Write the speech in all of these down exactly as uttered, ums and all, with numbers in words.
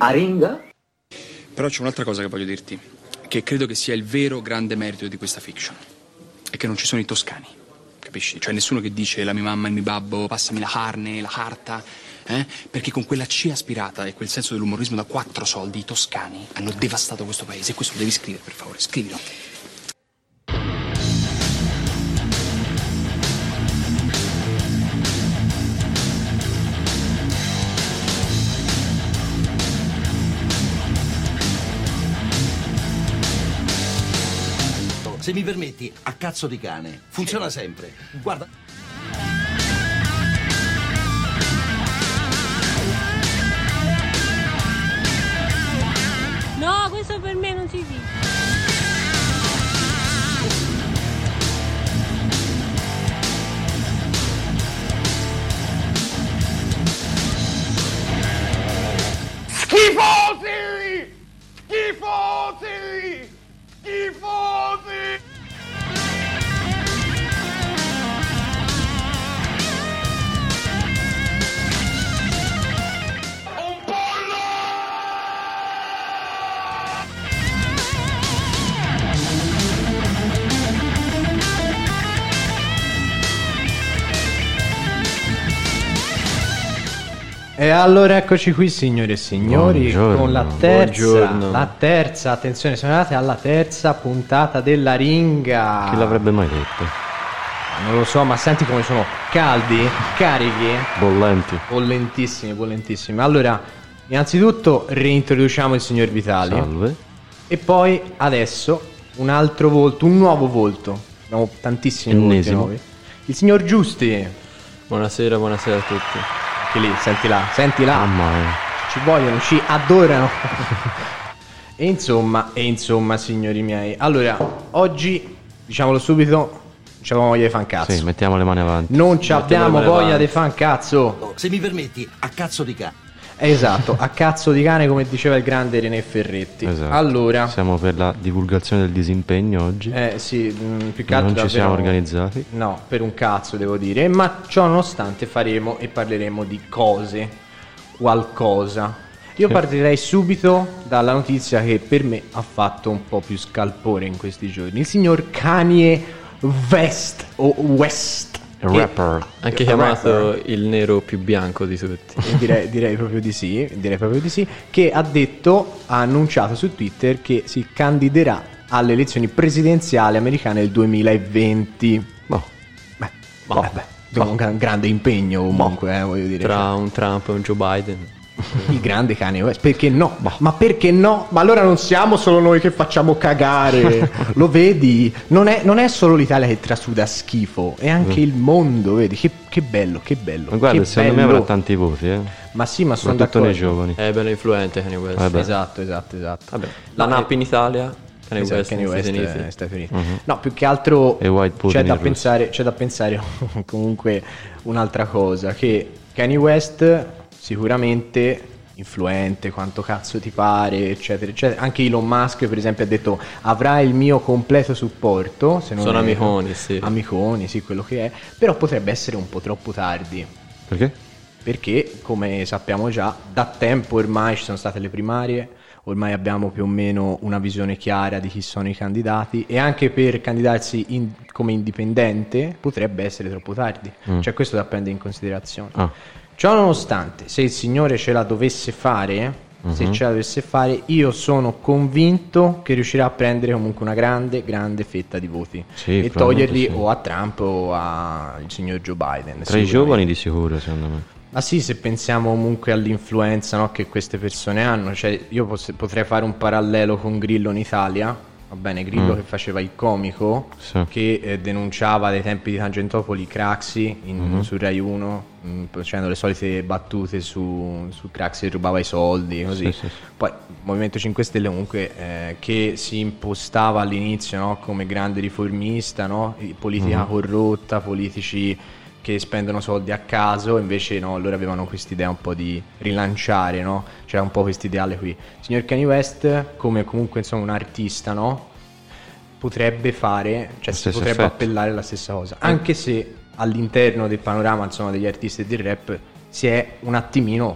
Aringa? Però c'è un'altra cosa che voglio dirti, che credo che sia il vero grande merito di questa fiction, è che non ci sono i toscani, capisci? Cioè nessuno che dice la mia mamma e il mio babbo, passami la carne, la carta, eh? Perché con quella C aspirata e quel senso dell'umorismo da quattro soldi i toscani hanno devastato questo paese, e questo lo devi scrivere, per favore, scrivilo. Se mi permetti, a cazzo di cane. Funziona sempre. Guarda. No, questo per me non si dice. Schifosi! Schifosi! Schifosi! Un pollo! E allora eccoci qui, signore e signori, Buongiorno. con la terza, Buongiorno. la terza, attenzione, siamo arrivati alla terza puntata della Ringa. Chi l'avrebbe mai detto? Non lo so, ma senti come sono caldi, carichi, Bollenti. bollentissimi, bollentissimi. Allora, innanzitutto reintroduciamo il signor Vitali. Salve. E poi adesso un altro volto, un nuovo volto. Abbiamo tantissimi Ennesimo. volti nuovi. Il signor Giusti. Buonasera, buonasera a tutti. Anche lì, senti là, senti là. Mamma mia. Ci vogliono, ci adorano. E insomma, e insomma, signori miei. Allora, oggi, diciamolo subito, non c'avevamo voglia di fan cazzo. Sì, mettiamo le mani avanti. Non ci abbiamo le voglia avanti. di fan cazzo. Se mi permetti, a cazzo di cane. Esatto, a cazzo di cane, come diceva il grande René Ferretti. Esatto. Allora, Siamo per la divulgazione del disimpegno oggi. eh sì, mh, più che altro Non ci davvero- siamo organizzati. No, per un cazzo devo dire. Ma ciò nonostante faremo e parleremo di cose, qualcosa. Io partirei subito dalla notizia che per me ha fatto un po' più scalpore in questi giorni. Il signor Kanye West o West, che- Rapper. Anche chiamato il nero più bianco di tutti. E direi, direi proprio di sì, direi proprio di sì, che ha detto, ha annunciato su Twitter che si candiderà alle elezioni presidenziali americane del duemilaventi. Boh. Beh, Boh. vabbè, abbiamo un gran- grande impegno comunque, eh, voglio dire. Tra un Trump e un Joe Biden. Il grande Kanye West, perché no? Ma perché no? Ma allora non siamo solo noi che facciamo cagare, lo vedi? Non è, non è solo l'Italia che trasuda schifo, è anche il mondo, vedi? Che, che bello, che bello. Ma guarda, che secondo bello. me avrà tanti voti, eh. Ma sì, ma sono Soprattutto d'accordo. nei giovani. È bello influente Kanye West. Vabbè. Esatto, esatto, esatto. Vabbè, la No, N A P in Italia, Kanye Esatto, West, Kanye negli West Stati è Uniti. Stati Uniti. Mhm. No, più che altro E White Putin c'è da in Russia. pensare, c'è da pensare comunque un'altra cosa, che Kanye West sicuramente influente, quanto cazzo ti pare, eccetera, eccetera. Anche Elon Musk, per esempio, ha detto avrà il mio completo supporto, se non Sono erro. amiconi, sì. Amiconi, sì, quello che è, però potrebbe essere un po' troppo tardi. Perché? Perché, come sappiamo già, da tempo ormai ci sono state le primarie, ormai abbiamo più o meno una visione chiara di chi sono i candidati, e anche per candidarsi in- come indipendente potrebbe essere troppo tardi. Mm. Cioè questo da prendere in considerazione. Ah. Ciò nonostante, se il Signore ce la dovesse fare, se ce la dovesse fare, io sono convinto che riuscirà a prendere comunque una grande, grande fetta di voti. Sì, e probabilmente toglierli sì. o a Trump o al signor Joe Biden. Tra i sicuramente. giovani di sicuro, secondo me. Ma sì, se pensiamo comunque all'influenza, no, che queste persone hanno, cioè io pos- potrei fare un parallelo con Grillo in Italia, va bene, Grillo Mm. che faceva il comico, Sì. che eh, denunciava dai tempi di Tangentopoli Craxi in, Mhm. su Rai uno, mh, facendo le solite battute su, su Craxi che rubava i soldi, così. Sì, sì, sì. Poi Movimento cinque Stelle comunque eh, che si impostava all'inizio, no, come grande riformista, no? I- politica Mhm. corrotta, politici che spendono soldi a caso, invece no, loro avevano quest'idea un po' di rilanciare, no? C'era un po' quest'ideale qui. Signor Kanye West, come comunque insomma un artista, no? Potrebbe fare, cioè Lo si stesso potrebbe effetto. appellare la stessa cosa, anche se all'interno del panorama insomma degli artisti e del rap si è un attimino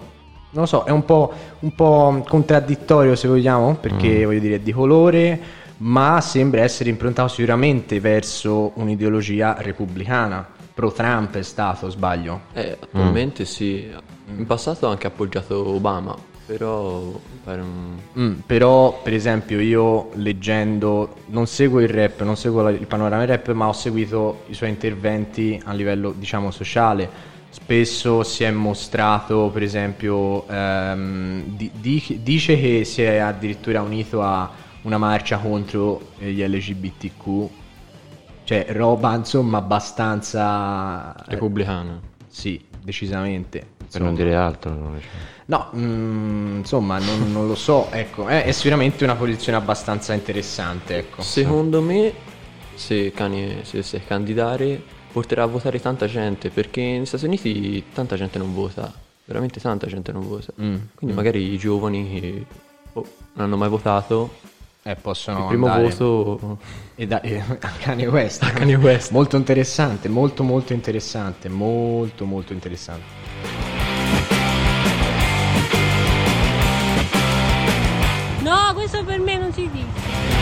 non lo so, è un po', un po' contraddittorio se vogliamo, perché voglio dire è di colore, ma sembra essere improntato sicuramente verso un'ideologia repubblicana. Pro Trump è stato, sbaglio? Eh, attualmente sì. In passato ha anche appoggiato Obama, però mi pare un... Mm, però per esempio io leggendo, non seguo il rap, non seguo la- il panorama del rap, ma ho seguito i suoi interventi a livello diciamo sociale. Spesso si è mostrato, per esempio, ehm, di- di- dice che si è addirittura unito a una marcia contro eh, gli L G B T Q, cioè roba insomma abbastanza... eh, repubblicano. sì, decisamente. Per non dire altro. no, cioè. No, mm, insomma, non, non lo so, ecco, è, è sicuramente una posizione abbastanza interessante, ecco. Secondo me, se Kanye si dovesse candidare, porterà a votare tanta gente, perché negli Stati Uniti tanta gente non vota, veramente tanta gente non vota. Mm, Quindi magari i giovani che oh, non hanno mai votato, Eh, possono il primo andare voto e da, e, a Kanye West. a Kanye West. Molto interessante, molto molto interessante, molto molto interessante. No, questo per me non si dice.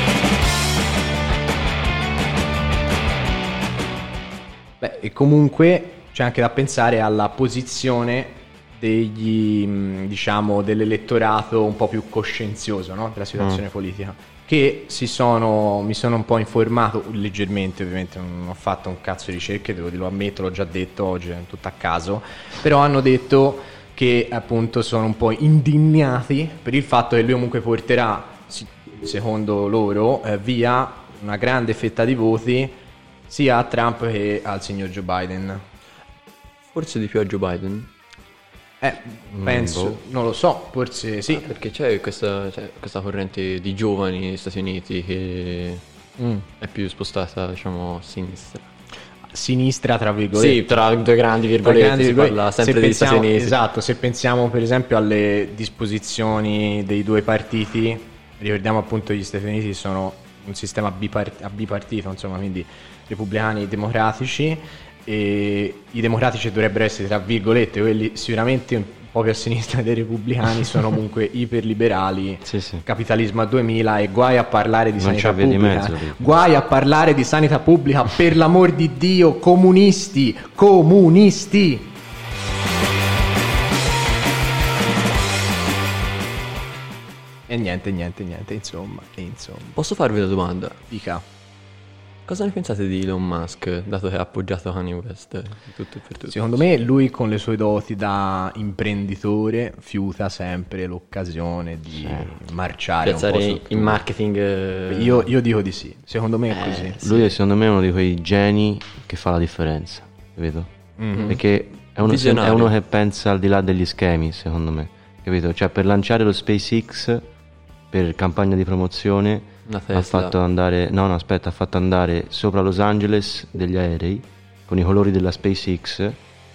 Beh, e comunque c'è anche da pensare alla posizione degli, mh, diciamo, dell'elettorato un po' più coscienzioso, no? Della situazione politica. Che si sono, mi sono un po' informato leggermente, ovviamente non ho fatto un cazzo di ricerche, devo dirlo, ammetto, l'ho già detto oggi, è tutto a caso, però hanno detto che appunto sono un po' indignati per il fatto che lui comunque porterà, si- secondo loro, eh, via una grande fetta di voti sia a Trump che al signor Joe Biden. forse di più a Joe Biden. Eh, penso, boh. non lo so, forse sì. Perché c'è questa, c'è questa corrente di giovani negli Stati Uniti che Mm. è più spostata, diciamo, a sinistra. Sinistra, tra virgolette. Sì, tra due grandi Tra virgolette, grandi si virgolette. parla sempre Se degli pensiamo- Stati Uniti. Esatto, se pensiamo per esempio alle disposizioni dei due partiti, ricordiamo appunto gli Stati Uniti sono un sistema bipart- a bipartito, insomma, quindi repubblicani e democratici, e i democratici dovrebbero essere, tra virgolette, quelli sicuramente un po' più a sinistra dei repubblicani, sono comunque iperliberali, Sì, sì. capitalismo a duemila, e guai a parlare di Non sanità c'è via di pubblica. mezzo lì. Guai a parlare di sanità pubblica, per l'amor di Dio, comunisti, comunisti. E niente, niente, niente, insomma, e insomma. Posso farvi una domanda? Dica. Cosa ne pensate di Elon Musk, dato che ha appoggiato Kanye West in tutto e per tutto? Secondo me lui con le sue doti da imprenditore fiuta sempre l'occasione di marciare un po' Piazzare su tutto. in marketing... eh, Io, io dico di sì, secondo me è così. Lui è secondo me uno di quei geni che fa la differenza, capito? Perché è uno, è Visionario. uno che pensa al di là degli schemi, secondo me, capito? Cioè per lanciare lo SpaceX, per campagna di promozione, Una ha Tesla. fatto andare, no no aspetta, ha fatto andare sopra Los Angeles degli aerei con i colori della SpaceX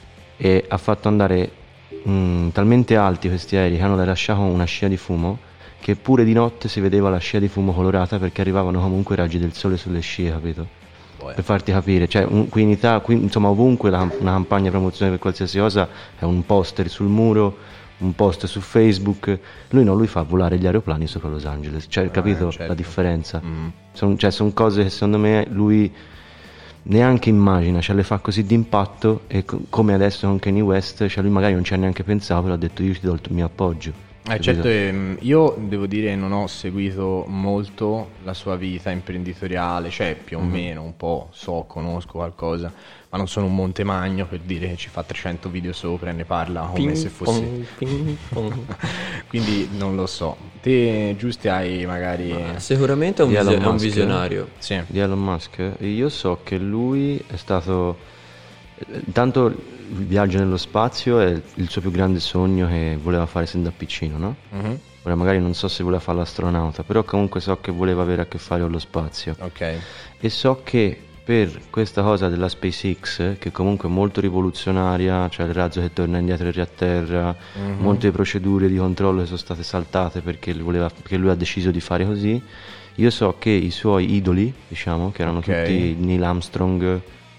e ha fatto andare mm, talmente alti questi aerei che hanno rilasciato una scia di fumo che pure di notte si vedeva la scia di fumo colorata perché arrivavano comunque i raggi del sole sulle scie, capito? Per farti capire, cioè un- qui in Italia, qui, insomma ovunque la- una campagna di promozione per qualsiasi cosa è un poster sul muro, un post su Facebook. Lui no, lui fa volare gli aeroplani sopra Los Angeles, cioè capito certo. la differenza? Son- cioè sono cose che secondo me lui neanche immagina, cioè le fa così d'impatto e co- come adesso con Kanye West, cioè lui magari non ci ha neanche pensato, però ha detto io ti do il mio appoggio. Eh, capito? certo, ehm, io devo dire non ho seguito molto la sua vita imprenditoriale, cioè più o meno un po' so, conosco qualcosa, ma non sono un Montemagno per dire che ci fa trecento video sopra e ne parla come ping se fosse... pong, ping pong. Quindi non lo so. Te, Giusti, hai magari... Sicuramente è un, Di Elon visio- è un Musk, visionario. Sì. Di Elon Musk, io so che lui è stato, intanto il viaggio nello spazio è il suo più grande sogno che voleva fare sin da piccino, no? Mhm. Ora magari non so se voleva fare l'astronauta, però comunque so che voleva avere a che fare con lo spazio. Ok. E so che per questa cosa della SpaceX, che comunque è molto rivoluzionaria, cioè il razzo che torna indietro e riatterra, molte procedure di controllo che sono state saltate perché lui, voleva, perché lui ha deciso di fare così, io so che i suoi idoli, diciamo, che erano Ok. tutti Neil Armstrong,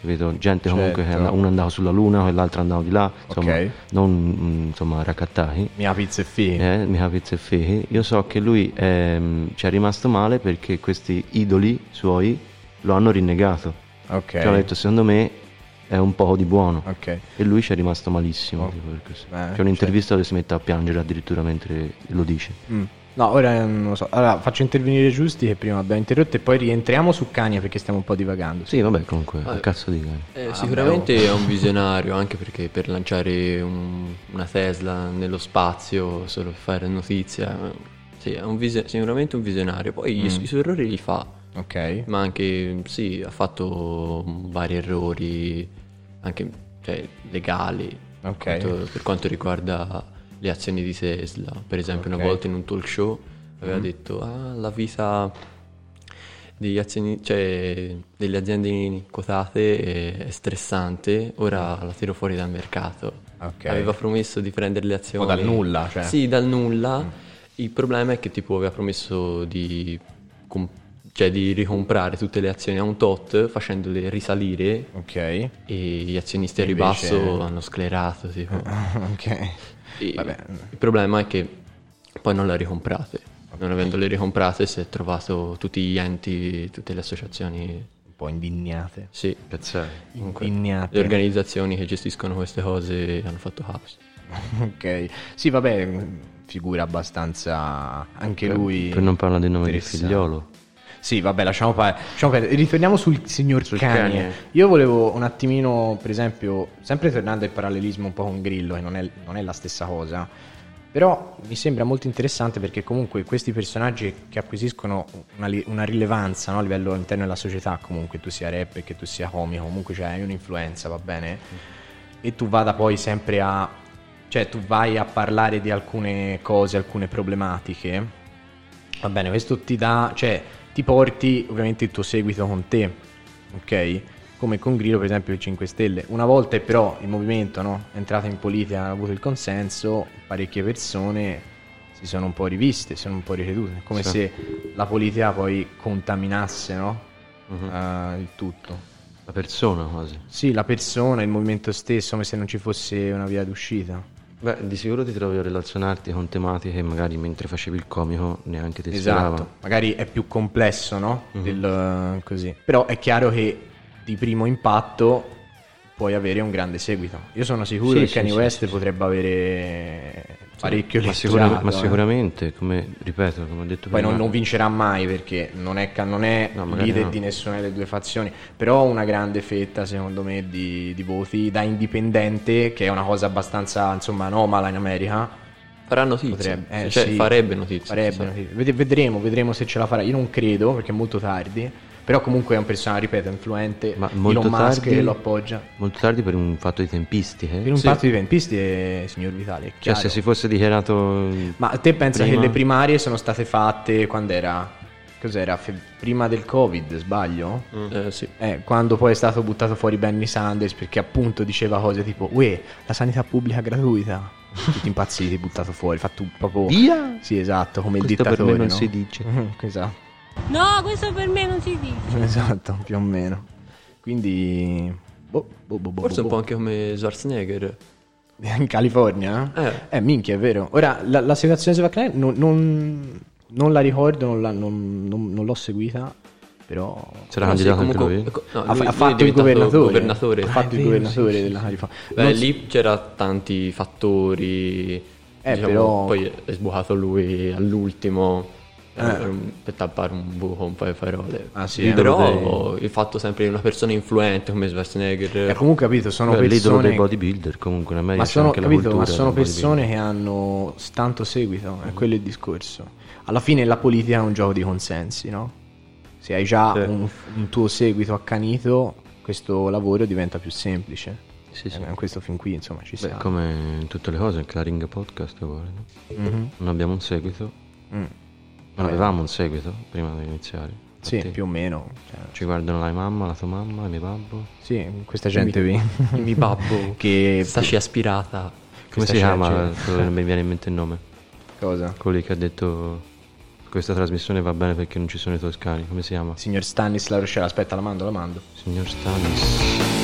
capito? Gente comunque che Certo. and- uno andava sulla luna e l'altro andava di là, insomma, Ok. non mm, insomma raccattati. Mia pizza e fighi. Eh, mica pizza e fichi. Io so che lui ehm, ci è rimasto male perché questi idoli suoi lo hanno rinnegato. Ok. Cioè, ha detto, secondo me è un po' di buono. Ok. E lui ci è rimasto malissimo. Oh. tipo, per questo. Beh, C'è un'intervista dove si mette a piangere addirittura mentre lo dice. Mm. No, ora non lo so. Allora, faccio intervenire Giusti che prima abbiamo interrotto e poi rientriamo su Kanye perché stiamo un po' divagando. Sì, vabbè, comunque, Ah, che cazzo di cane. Eh, sicuramente è un visionario, anche perché per lanciare un- una Tesla nello spazio, solo per fare notizia, eh, sì, è un visio- sicuramente un visionario. Poi i, i suoi errori li fa, Ok. ma anche, sì, ha fatto vari errori, anche cioè, legali, Ok. quanto- per quanto riguarda le azioni di Tesla. Per esempio, Ok. una volta in un talk show aveva Mm. detto, ah, la vita degli azioni, cioè, delle aziende quotate è, è stressante, ora la tiro fuori dal mercato. Ok. Aveva promesso di prendere le azioni O dal nulla, cioè. Sì, dal nulla. Il problema è che tipo aveva promesso di, com- cioè, di ricomprare tutte le azioni a un tot facendole risalire, Ok. e gli azionisti a Invece- ribasso hanno sclerato tipo. Ok. E Vabbè. il problema è che poi non le ha ricomprate. Non avendole ricomprate si è trovato tutti gli enti, tutte le associazioni, Un po' indignate. sì, Cazzari. comunque, Indignate. le organizzazioni che gestiscono queste cose hanno fatto caos. Ok. Sì, vabbè, figura abbastanza anche lui. Per non parlare del nome del interessante. figliolo. Sì, vabbè, lasciamo fare. Lasciamo perdere. Ritorniamo sul signor Sul Kanye. Kanye. Io volevo un attimino, per esempio, sempre tornando al parallelismo un po' con Grillo, che non è, non è la stessa cosa, però mi sembra molto interessante perché comunque questi personaggi che acquisiscono una, li- una rilevanza, no, a livello all'interno della società, comunque tu sia rap e che tu sia comico, comunque c'è un'influenza, va bene? E tu vada poi sempre a... cioè tu vai a parlare di alcune cose, alcune problematiche, va bene, questo ti dà... cioè ti porti ovviamente il tuo seguito con te, ok? Come con Grillo per esempio il cinque Stelle. Una volta però il movimento, no, è entrato in politica, ha avuto il consenso, parecchie persone si sono un po' riviste, si sono un po' ricredute, come Sì. se la politica poi contaminasse, no? Mhm. Eh, il tutto. La persona quasi. Sì, la persona, il movimento stesso, come se non ci fosse una via d'uscita. Beh, di sicuro ti trovi a relazionarti con tematiche che magari mentre facevi il comico neanche ti Esatto, sfiorava. magari è più complesso, no? Del, così. Però è chiaro che di primo impatto puoi avere un grande seguito. Io sono sicuro Sì, che sì, Kanye sì, West sì, sì. potrebbe avere parecchio Ma, letto sicura- già, ma eh. sicuramente, come ripeto, come ho detto Poi non, prima, non vincerà mai perché non è, ca- non è No, magari leader no. di nessuna delle due fazioni, però una grande fetta secondo me di, di voti da indipendente, che è una cosa abbastanza insomma anomala in America. Farà notizia, Potrebbe, eh, cioè sì. farebbe notizia. Farebbe sì. notizia. Ved- Vedremo, vedremo se ce la farà. Io non credo perché è molto tardi. Però comunque è un personaggio, ripeto, influente. Ma molto Elon Musk tardi- che lo appoggia. molto tardi per un fatto di tempistiche. Per un Sì. patto di tempisti è signor Vitale. È Cioè, chiaro. se si fosse dichiarato. Ma te pensa prima- che le primarie sono state fatte quando era? Cos'era? Fe- prima del Covid, sbaglio? Eh, sì. Eh, quando poi è stato buttato fuori Bernie Sanders perché appunto diceva cose tipo uè, la sanità pubblica gratuita. Tutti impazziti, buttato fuori, fatto proprio... Via! Sì, esatto, come il Questo per dittatore, me non no? si dice. Esatto. No, questo per me non si dice. Esatto, più o meno. Quindi... boh, boh, boh, boh, Forse boh, un po' anche come Schwarzenegger. in California? Eh. Eh, minchia, è vero. Ora, la, la situazione di Sebastian non, non, non la ricordo, non, la- non- non- non l'ho seguita, però... C'era No, sì, candidato anche comunque- lui? ecco, no, ha, lui- fa- ha lui è fatto il diventato governatore. governatore. Ha fatto Ah, il è vero, governatore sì, della sì, California. Beh, Non- lì c'era tanti fattori. Eh, diciamo, però- Poi è sbucato lui all'ultimo. Eh. Per, per tappare un buco, un paio di parole. Ah, sì, Però eh. il fatto sempre di una persona influente come Schwarzenegger. Eh, comunque capito, sono Beh, l'idolo persone... dei bodybuilder comunque in America Ma c'è sono, anche la capito, cultura ma sono del persone bodybuilding. che hanno tanto seguito, è quello il discorso. Alla fine la politica è un gioco di consensi, no? Se hai già Sì. un, un tuo seguito accanito, questo lavoro diventa più semplice. Sì, sì. Eh, questo fin qui, insomma, ci Beh, siamo. come in tutte le cose, anche la Ring Podcast è uguale, no? Mhm. Non abbiamo un seguito, Mm. non avevamo un seguito prima di iniziare. Sì, Infatti, più o meno. cioè, ci guardano la mamma, la tua mamma, il mio babbo. sì, questa gente qui. Il mio babbo che staci aspirata. Come Questa si c'è- chiama? c'è- Quello che non mi viene in mente il nome. Cosa? Quello lì che ha detto questa trasmissione va bene perché non ci sono i toscani. Come si chiama? Signor Stanis La Rochelle, aspetta, la mando, la mando. Signor Stanis.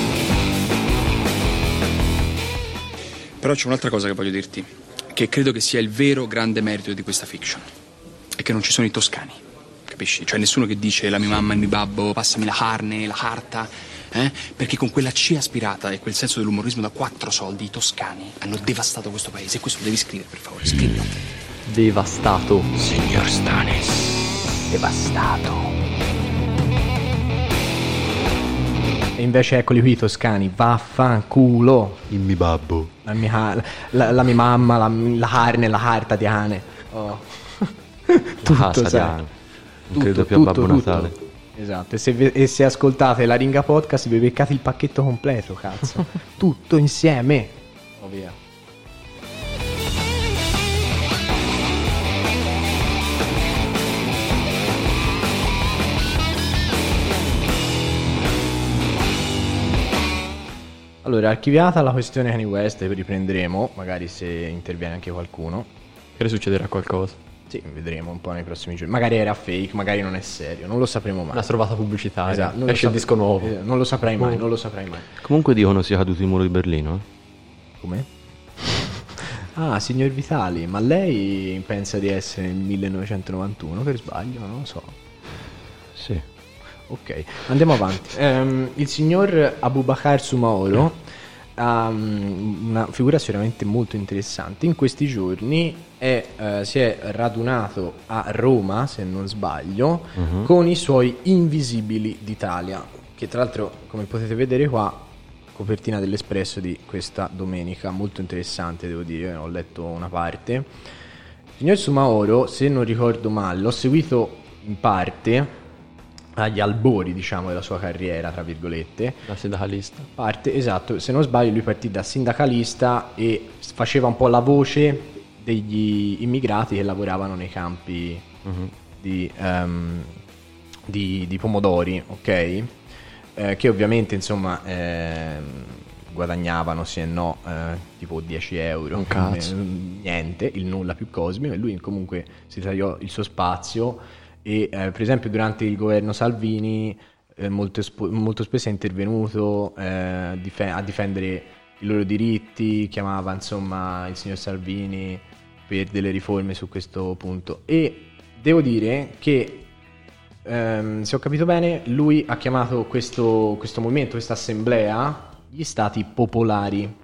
Però c'è un'altra cosa che voglio dirti, che credo che sia il vero grande merito di questa fiction, è che non ci sono i toscani, capisci? Cioè nessuno che dice la mia mamma e il mio babbo, passami la carne, la carta, eh? Perché con quella C aspirata e quel senso dell'umorismo da quattro soldi i toscani hanno devastato questo paese, e questo lo devi scrivere, per favore, scrivilo. Devastato. Signor Stanis, devastato. E invece eccoli qui i toscani, vaffanculo. Il mio babbo. La mia, la, la mia mamma, la, la carne, la carta di cane. Oh. Tutto, Casa di sai. Ana. Non Tutto, credo più a tutto, Babbo tutto. Natale. Esatto, e se, ve- e se ascoltate la Ringa Podcast vi beccate il pacchetto completo, cazzo. Tutto insieme. Oh, via. Allora, archiviata la questione Kanye West, riprenderemo, magari se interviene anche qualcuno. Che succederà qualcosa. Sì, vedremo un po' nei prossimi giorni. Magari era fake, magari non è serio, non lo sapremo mai. Una trovata pubblicitaria. Esatto, non lo Esce il sap- disco nuovo. eh, non lo saprai mai, non lo saprai mai. Comunque dicono sia caduto il muro di Berlino, eh? Come? Ah, signor Vitali, ma lei pensa di essere nel millenovecentonovantuno per sbaglio? Non lo so. Sì. Ok, andiamo avanti. Ehm, il signor Abubakar Sumaoro ha um, una figura sicuramente molto interessante. In questi giorni è, eh, si è radunato a Roma, se non sbaglio, Mhm. con i suoi Invisibili d'Italia, che tra l'altro, come potete vedere qua, copertina dell'Espresso di questa domenica, molto interessante, devo dire, ho letto una parte. Il signor Sumaoro, se non ricordo male, l'ho seguito in parte agli albori, diciamo, della sua carriera, tra virgolette. Da sindacalista. Parte, esatto, se non sbaglio lui partì da sindacalista e faceva un po' la voce degli immigrati che lavoravano nei campi Mhm. di, ehm, di, di pomodori, ok? Eh, che ovviamente, insomma, ehm, guadagnavano, sì e no, eh, tipo dieci euro. Un cazzo. Eh, niente, il nulla più cosmico, e lui comunque si tagliò il suo spazio. E eh, per esempio durante il governo Salvini eh, molto, espo- molto spesso è intervenuto eh, dife- a difendere i loro diritti, chiamava insomma il signor Salvini per delle riforme su questo punto. E devo dire che ehm, se ho capito bene, lui ha chiamato questo, questo movimento, questa assemblea, gli stati popolari.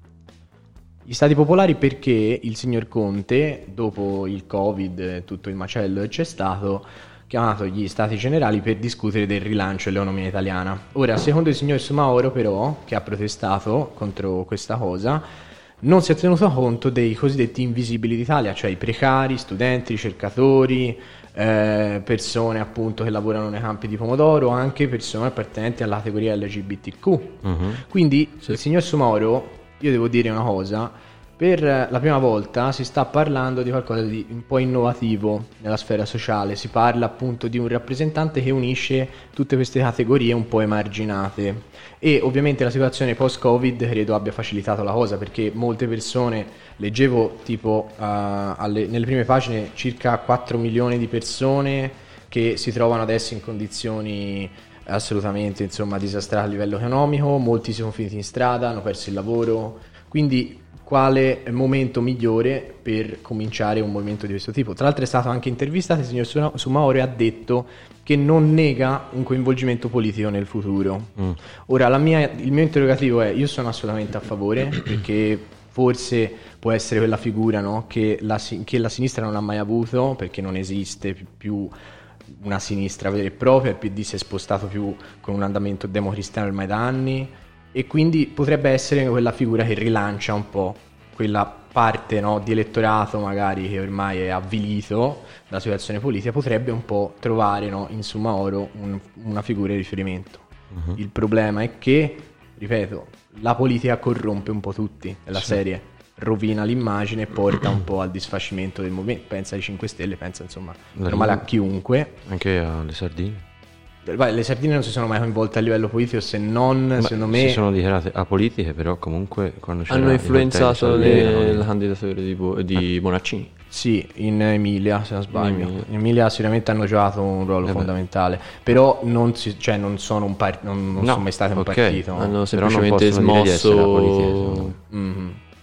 Gli stati popolari perché il signor Conte, dopo il Covid e tutto il macello che c'è stato, ha chiamato gli stati generali per discutere del rilancio dell'economia italiana. Ora, secondo il signor Sumaoro, però, che ha protestato contro questa cosa, non si è tenuto conto dei cosiddetti invisibili d'Italia, cioè i precari, studenti, ricercatori, eh, persone appunto che lavorano nei campi di pomodoro, anche persone appartenenti alla categoria L G B T Q. Mhm. Quindi il signor Sumaoro, io devo dire una cosa, per la prima volta si sta parlando di qualcosa di un po' innovativo nella sfera sociale, si parla appunto di un rappresentante che unisce tutte queste categorie un po' emarginate, e ovviamente la situazione post-Covid credo abbia facilitato la cosa, perché molte persone, leggevo tipo uh, alle, nelle prime pagine circa quattro milioni di persone che si trovano adesso in condizioni assolutamente insomma disastrate a livello economico, molti si sono finiti in strada, hanno perso il lavoro, quindi quale momento migliore per cominciare un movimento di questo tipo? Tra l'altro è stato anche intervistato il signor Sumaoro e ha detto che non nega un coinvolgimento politico nel futuro. Mm. Ora la mia, il mio interrogativo è: io sono assolutamente a favore, perché forse può essere quella figura, no, che, la, si- che la sinistra non ha mai avuto, perché non esiste più, più una sinistra vera e propria, il P D si è spostato più con un andamento democristiano ormai da anni, e quindi potrebbe essere quella figura che rilancia un po' quella parte, no, di elettorato magari che ormai è avvilito dalla situazione politica, potrebbe un po' trovare, no, in Sumaoro un- una figura di riferimento. Mhm. Il problema è che, ripeto, la politica corrompe un po' tutti, è la serie, rovina l'immagine e porta un po' al disfacimento del movimento. Pensa ai cinque Stelle, pensa insomma La normale a Lega. chiunque. Anche alle sardine. Vai, le sardine non si sono mai coinvolte a livello politico, se non, Ma secondo me, si sono dichiarate apolitiche, però comunque quando c'era Hanno il influenzato coltello le, sardine, la candidatura di, Bo- di Bonaccini. sì, in Emilia, se non sbaglio. In In Emilia. Emilia, sicuramente hanno giocato un ruolo Eh beh. fondamentale, però non, si, cioè, non sono un par- non, non No, sono mai stati un ok. partito. Hanno Però non semplicemente possono dire di essere smosso apolitiche, secondo me. Mhm. un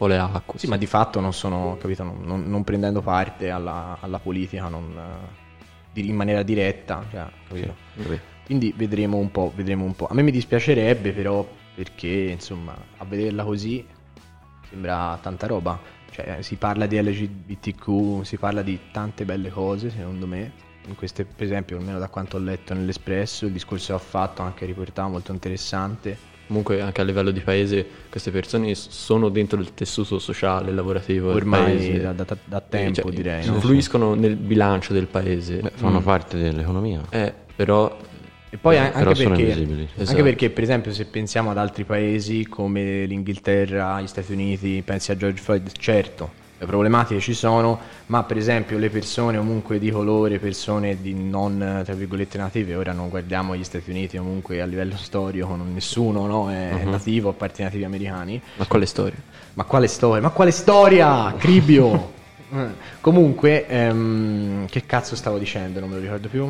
po' le acque. Sì, ma di fatto non sono, capito, non, non- non prendendo parte alla, alla politica non, eh, di- in maniera diretta, cioè, capito? Vabbè. Quindi vedremo un po', vedremo un po'. A me mi dispiacerebbe però perché, insomma, a vederla così sembra tanta roba. Cioè, si parla di L G B T Q, si parla di tante belle cose, secondo me. In queste, per esempio, almeno da quanto ho letto nell'Espresso, il discorso che ho fatto, anche riportato, molto interessante. Comunque anche a livello di paese queste persone s- sono dentro il tessuto sociale, lavorativo del Ormai paese. da, da- da Eh, tempo, cioè, direi. no? influiscono nel bilancio del paese. Beh, fanno Mm. parte dell'economia. Eh, però E poi Eh, an- però anche sono perché, invisibili. anche Esatto. perché, per esempio, se pensiamo ad altri paesi come l'Inghilterra, gli Stati Uniti, pensi a George Floyd, certo, le problematiche ci sono, ma per esempio le persone comunque di colore, persone di non, tra virgolette, native, ora non guardiamo gli Stati Uniti comunque a livello storico, non, nessuno no, è Mhm. nativo a parte i nativi americani. ma quale storia? Ma quale storia? Ma quale storia? Cribio! Eh, Comunque, ehm, che cazzo stavo dicendo? Non me lo ricordo più.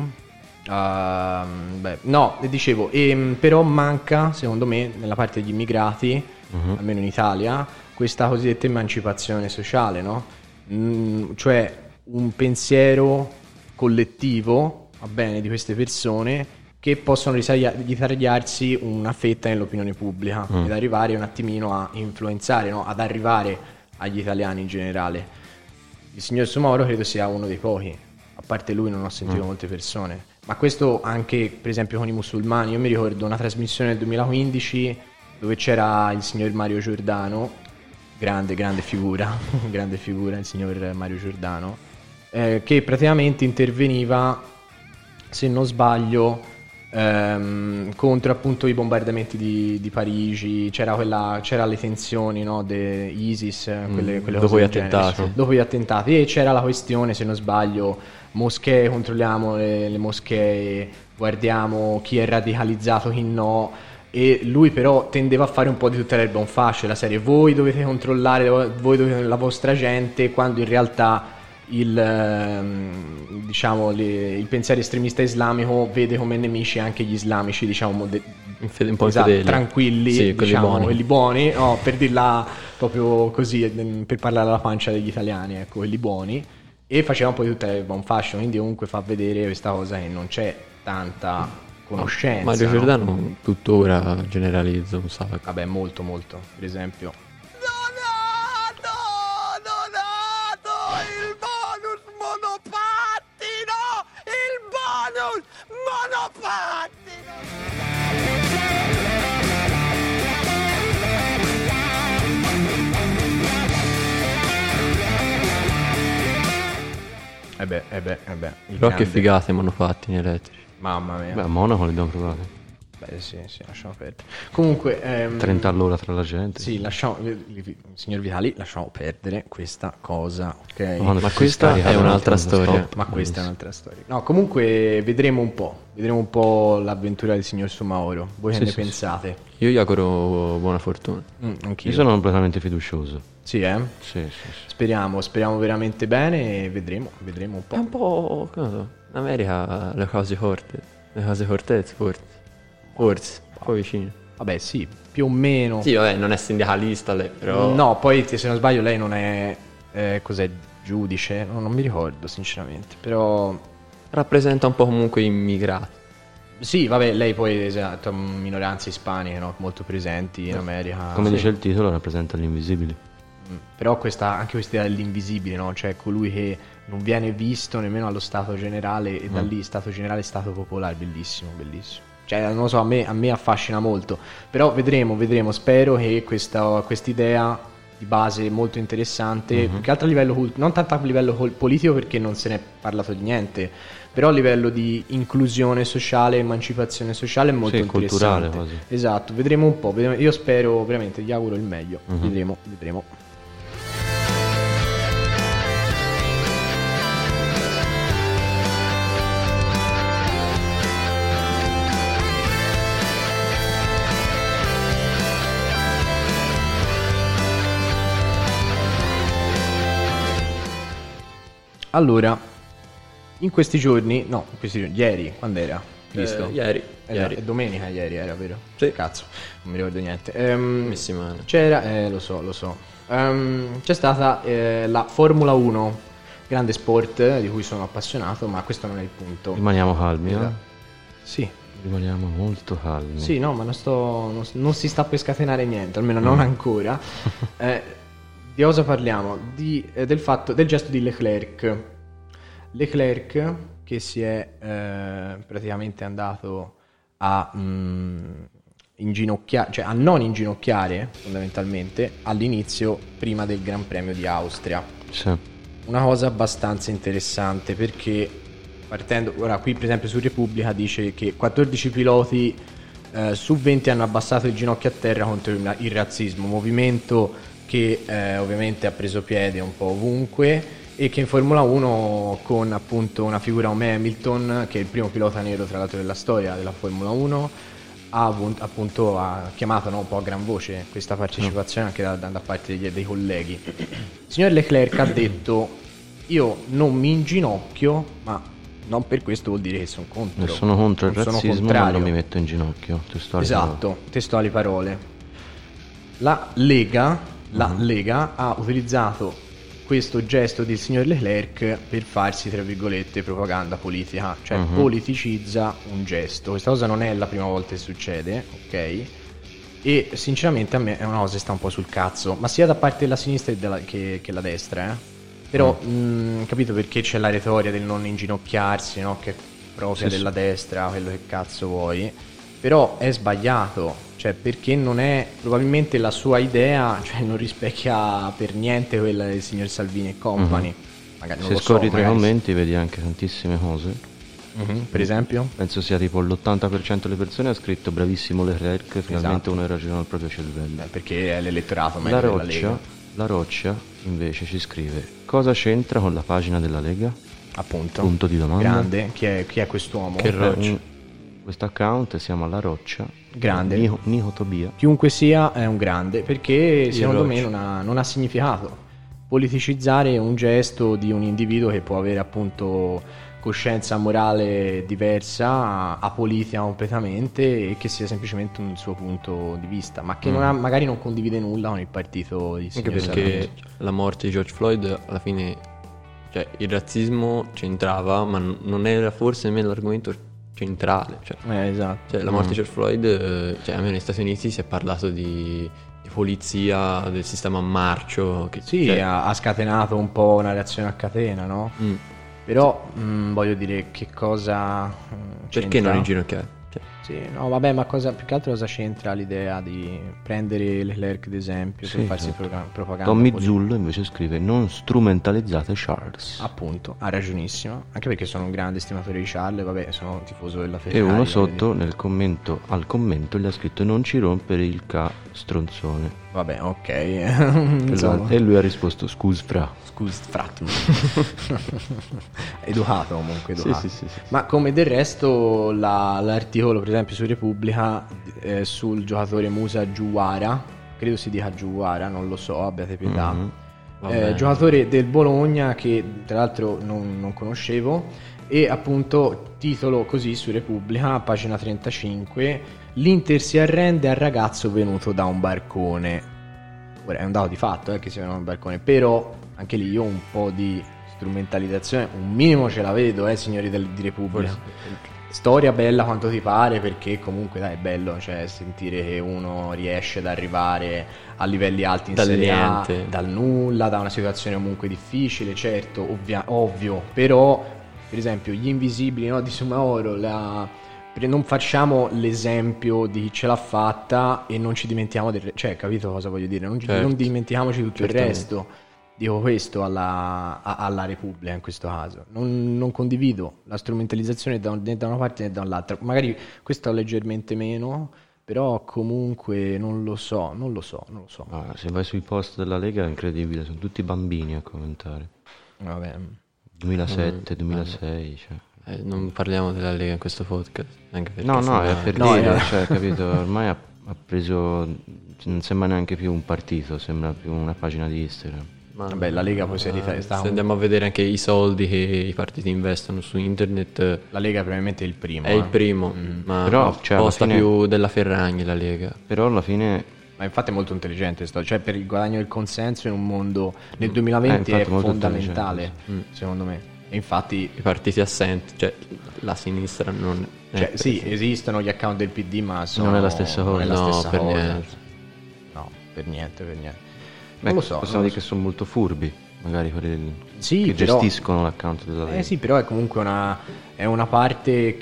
Ehm, beh, no, dicevo, ehm, però manca, secondo me, nella parte degli immigrati, almeno in Italia, questa cosiddetta emancipazione sociale, no? Mm, cioè un pensiero collettivo, va bene, di queste persone che possono risaglia- ritagliarsi una fetta nell'opinione pubblica ed arrivare un attimino a influenzare, no? Ad arrivare agli italiani in generale. Il signor Soumahoro credo sia uno dei pochi, a parte lui non ho sentito molte persone, ma questo anche per esempio con i musulmani. Io mi ricordo una trasmissione del duemilaquindici dove c'era il signor Mario Giordano, grande grande figura, grande figura il signor Mario Giordano, eh, che praticamente interveniva, se non sbaglio, ehm, contro appunto i bombardamenti di, di Parigi, c'era quella, c'era le tensioni, no, de ISIS, quelle, quelle dopo cose gli del genere. attentati. Dopo gli attentati, e c'era la questione, se non sbaglio, moschee, controlliamo le, le moschee, guardiamo chi è radicalizzato, chi no. E lui però tendeva a fare un po' di tutta l'erba un fascio, la serie voi dovete controllare voi dovete, la vostra gente, quando in realtà il, ehm, diciamo, le- il pensiero estremista islamico vede come nemici anche gli islamici, diciamo, de- Infede- un po' esatto, infedeli. tranquilli, Sì, quelli diciamo, buoni. quelli buoni, no, per dirla proprio così, eh, per parlare alla pancia degli italiani, ecco, quelli buoni, e faceva un po' di tutta l'erba un fascio, quindi comunque fa vedere questa cosa che non c'è tanta conoscenza. Mario no? Giordano tuttora generalizza un sacco. Vabbè, molto molto, per esempio. Donato! Donato! Il bonus monopattino! Il bonus monopattino! Eh beh, eh beh, eh beh. il Però che grande- figate i monopattini elettrici. Mamma mia. Beh, a Monaco li abbiamo provati. Beh, sì, sì, lasciamo perdere. Comunque, ehm, trenta all'ora tra la gente. sì, lasciamo, signor Vitali, lasciamo perdere questa cosa, ok? Quando Ma si questa scarica è da un'altra stop, storia. stop, Ma questa è bellissimo. un'altra storia. No, comunque vedremo un po'. Vedremo un po' l'avventura del signor Soumahoro. Voi Sì, che ne sì, pensate? Io gli auguro buona fortuna. Mm, anch'io. Io sono completamente fiducioso. Sì, eh? Sì, sì, sì. Speriamo, speriamo veramente bene e vedremo, vedremo un È un po'. po'. Come so, in America le cose corte. Le cose cortezze, forse. Forse. Un po' vicino. Vabbè, sì, più o meno. Sì, vabbè, non è sindacalista lei, però. No, poi se non sbaglio lei non è, eh, cos'è, giudice? No, non mi ricordo sinceramente, però Rappresenta un po' comunque immigrati. sì, vabbè, lei poi esatto, minoranze ispaniche, no? Molto presenti in America. Come Sì. dice il titolo, rappresenta gli invisibili. Mm, Però questa, anche questa idea dell'invisibile, no? Cioè colui che non viene visto nemmeno allo stato generale e da lì stato generale stato popolare, bellissimo, bellissimo. Cioè non lo so, a me, a me affascina molto, però vedremo, vedremo, spero che questa quest'idea di base molto interessante, più che altro a livello cult- non tanto a livello col- politico perché non se ne è parlato di niente, però a livello di inclusione sociale, emancipazione sociale è molto Sì, interessante. culturale quasi. Esatto, vedremo un po', vedremo- io spero veramente, gli auguro il meglio, vedremo, vedremo. Allora, in questi giorni, no, in questi giorni, ieri, quando era? Visto? Eh, ieri. Eh, ieri. È domenica ieri era, vero? Sì. Cazzo, non mi ricordo niente. Ehm, Settimana. c'era, eh, lo so, lo so. Ehm, c'è stata eh, la Formula uno, grande sport di cui sono appassionato, ma questo non è il punto. Rimaniamo calmi, eh? Sì. Rimaniamo molto calmi. Sì, no, ma non, sto, non, non si sta per scatenare niente, almeno non ancora. Eh, di cosa parliamo? Di, eh, del fatto, del gesto di Leclerc. Leclerc che si è eh, praticamente andato a mh, inginocchiare, cioè a non inginocchiare fondamentalmente all'inizio prima del Gran Premio di Austria. Sì. Una cosa abbastanza interessante perché partendo, ora qui per esempio su Repubblica dice che quattordici piloti eh, su venti hanno abbassato il ginocchio a terra contro il, il razzismo, movimento che eh, ovviamente ha preso piede un po' ovunque e che in Formula uno con appunto una figura come Hamilton, che è il primo pilota nero tra l'altro della storia della Formula uno, ha avun- appunto ha chiamato, no, un po' a gran voce questa partecipazione anche da, da, da parte degli, dei colleghi. Il signor Leclerc ha detto: io non mi inginocchio, ma non per questo vuol dire che sono contro. Non sono contro il non sono razzismo, ma contrario. non mi metto in ginocchio. Testuali Esatto, parole. testuali parole. La Lega, la Mhm. Lega ha utilizzato questo gesto del signor Leclerc per farsi, tra virgolette, propaganda politica, cioè Mhm. politicizza un gesto. Questa cosa non è la prima volta che succede, ok? E sinceramente a me è una cosa che sta un po' sul cazzo, ma sia da parte della sinistra che della, che, che la destra, eh? Però, mh, capito perché c'è la retorica del non inginocchiarsi, no? Che è propria Sì, della sì. destra, quello che cazzo vuoi. Però è sbagliato, cioè perché non è, probabilmente la sua idea, cioè non rispecchia per niente quella del signor Salvini e company. Magari non Se lo scorri so, tra i magari- commenti vedi anche tantissime cose. Mhm, per esempio? Penso sia tipo l'ottanta per cento delle persone ha scritto bravissimo Leclerc, finalmente Esatto. uno ha ragione al proprio cervello. Beh, perché è l'elettorato meglio La della Roccia, Lega, la Roccia invece ci scrive: cosa c'entra con la pagina della Lega? appunto. Punto di domanda. Grande, chi è, chi è quest'uomo? Che ro- Eh, questo account siamo alla Roccia. Grande. Nico, Nico Tobia. Chiunque sia è un grande, perché secondo me Roccia. non ha, non ha significato politicizzare un gesto di un individuo che può avere appunto coscienza morale diversa, apolitica completamente, e che sia semplicemente un suo punto di vista, ma che non ha- magari non condivide nulla con il partito di Anche signor perché Salvini. la morte di George Floyd alla fine, cioè il razzismo c'entrava, ma n- non era forse nemmeno l'argomento centrale. Cioè, Eh, esatto. cioè, la morte di George Floyd, eh, cioè, almeno negli Stati Uniti si è parlato di, di polizia, del sistema a marcio. Che, Sì, cioè, ha, ha scatenato un po' una reazione a catena, no? mm, Però mh, voglio dire che cosa... mh, perché c'entra? non inginocchiare? Cioè, Sì, no, vabbè, ma cosa, più che altro cosa c'entra l'idea di prendere Leclerc d'esempio per Sì, farsi esatto. proga- propaganda Tommy politica? Zullo invece scrive: non strumentalizzate Charles. Appunto, ha ragionissimo, anche perché sono un grande stimatore di Charles, vabbè, sono tifoso della E Ferrari. uno quindi- sotto nel commento al commento gli ha scritto: non ci rompere il ca stronzone. Vabbè, ok. E Insomma, lui- E lui ha risposto: scus fra. scusa, fratto. Educato comunque, educato. Sì, sì, sì, sì. Ma come del resto la- l'articolo per esempio su Repubblica eh, sul giocatore Musa Giuwara, credo si dica Giuwara, non lo so, abbiate pietà. Mhm. vabbè. Eh, giocatore del Bologna che tra l'altro non, non conoscevo, e appunto titolo così su Repubblica, pagina trentacinque: l'Inter si arrende al ragazzo venuto da un barcone. Ora è un dato di fatto eh, che sia venuto da un barcone, però anche lì io un po' di strumentalizzazione un minimo ce la vedo, eh signori del, di Repubblica. Storia bella quanto ti pare, perché comunque dai, è bello, cioè sentire che uno riesce ad arrivare a livelli alti in Dal Serie A, niente. dal nulla, da una situazione comunque difficile, certo, ovvia- ovvio, però per esempio gli invisibili, no, di Sumaoro, la... per- non facciamo l'esempio di chi ce l'ha fatta e non ci dimentichiamo del re- cioè, capito cosa voglio dire? Non, ci- Certo. non dimentichiamoci tutto Certamente. il resto. Dico questo alla, a- alla Repubblica in questo caso. Non, non condivido la strumentalizzazione da, un- né da una parte né dall'altra. Magari questo leggermente meno, però comunque non lo so, non lo so, non lo so. Ah, se vai sui post della Lega è incredibile, sono tutti bambini a commentare. Vabbè. duemilasette, duemilasei, cioè. Eh, non parliamo della Lega in questo podcast. Anche perché No, no, sennò- è per No, dire, eh. cioè, capito, ormai ha, ha preso, non sembra neanche più un partito, sembra più una pagina di Instagram. Ma Vabbè, la Lega poi si è eh, rifà- se andiamo a vedere anche i soldi che i partiti investono su internet, La Lega probabilmente è il primo. è eh. il primo, ma Però, cioè, alla costa fine- più della Ferragni la Lega. Però alla fine Ma infatti è molto intelligente, sto- cioè per il guadagno del consenso in un mondo nel duemilaventi Eh, è infatti molto fondamentale, intelligente, secondo me. E infatti, I partiti assenti, cioè la sinistra non è cioè, sì, presente. esistono gli account del P D, ma sono, Non è la stessa non è cosa. la No, stessa per cosa. niente. No, per niente, per niente. beh, Non lo so. possiamo non lo dire che sono molto furbi, magari quelli Sì, che però- gestiscono l'account della Lega. Eh sì, però è comunque una, è una parte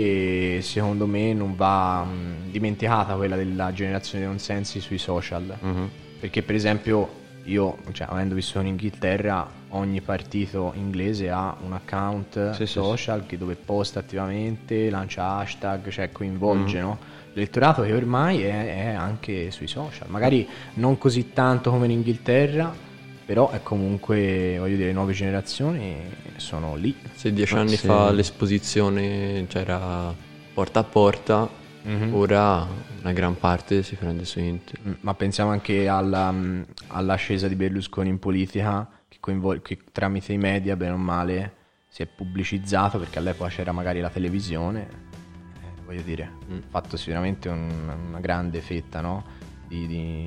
che secondo me non va mh, dimenticata, quella della generazione dei consensi sui social. Mhm. Perché per esempio io, cioè, avendo vissuto in Inghilterra, ogni partito inglese ha un account Sì, sì, social che dove posta attivamente, lancia hashtag, cioè coinvolge, Mm. no? L'elettorato che ormai è, è anche sui social. Magari non così tanto come in Inghilterra, però è comunque, voglio dire, le nuove generazioni sono lì. Se dieci Ma anni sì. fa l'esposizione c'era porta a porta, Mhm. ora una gran parte si prende su internet. Mm, Ma pensiamo anche alla, mm, all'ascesa di Berlusconi in politica, che, coinvol- che tramite i media, bene o male, si è pubblicizzato, perché all'epoca c'era magari la televisione. Eh, voglio dire, Mm. ha fatto sicuramente un- una grande fetta, no? Di, di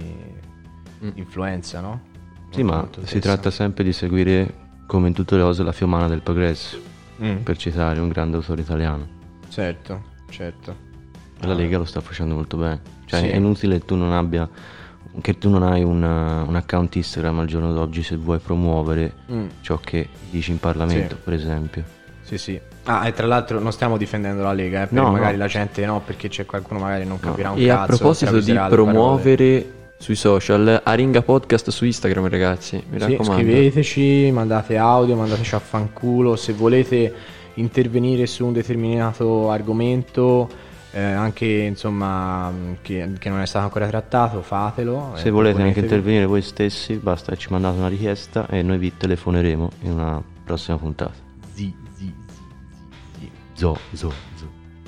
Mm. influenza, no? Sì, Molto, ma molto si interessante. tratta sempre di seguire, come in tutte le cose, la fiumana del progresso, Mm, per citare un grande autore italiano. certo, certo. E la Lega lo sta facendo molto bene. Cioè Sì. è inutile che tu non abbia, che tu non hai un, un account Instagram al giorno d'oggi se vuoi promuovere Mm, ciò che dici in Parlamento, Sì. per esempio. sì, sì. Ah, e tra l'altro non stiamo difendendo la Lega, eh, per No, magari no. la gente no, perché c'è qualcuno magari non capirà un E cazzo. a proposito di traviserà le parole. promuovere sui social, Aringa Podcast su Instagram, ragazzi, mi Sì, raccomando. scriveteci, mandate audio, mandateci a fanculo. Se volete intervenire su un determinato argomento, eh, anche insomma mh, che, che non è stato ancora trattato, fatelo. Se eh, volete anche proponetevi. intervenire voi stessi, basta che ci mandate una richiesta e noi vi telefoneremo in una prossima puntata. Zi, zi, zi, zi, zi. Zo, zo, zo.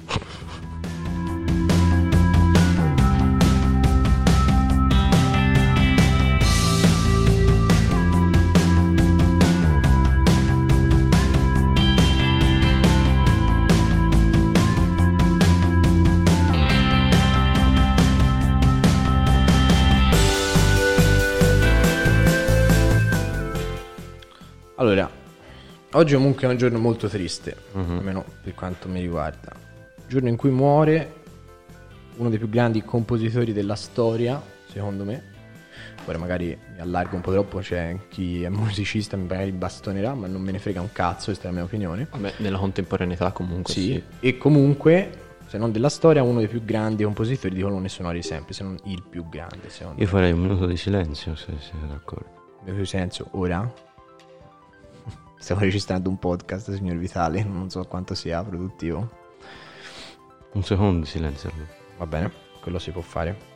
Allora, oggi comunque è un giorno molto triste, Mhm. almeno per quanto mi riguarda. Giorno in cui muore uno dei più grandi compositori della storia, secondo me. Ora magari mi allargo un po' troppo, c'è chi è musicista mi magari bastonerà, ma non me ne frega un cazzo, questa è la mia opinione. Vabbè, nella contemporaneità comunque Sì, sì. e comunque, se non della storia, uno dei più grandi compositori di colonne sonore di sempre, se non il più grande, secondo Io farei un minuto di silenzio, se siete d'accordo. me. In questo senso, ora stiamo registrando un podcast, signor Vitale, non so quanto sia produttivo. Un secondo di silenzio allora. Va bene, quello si può fare.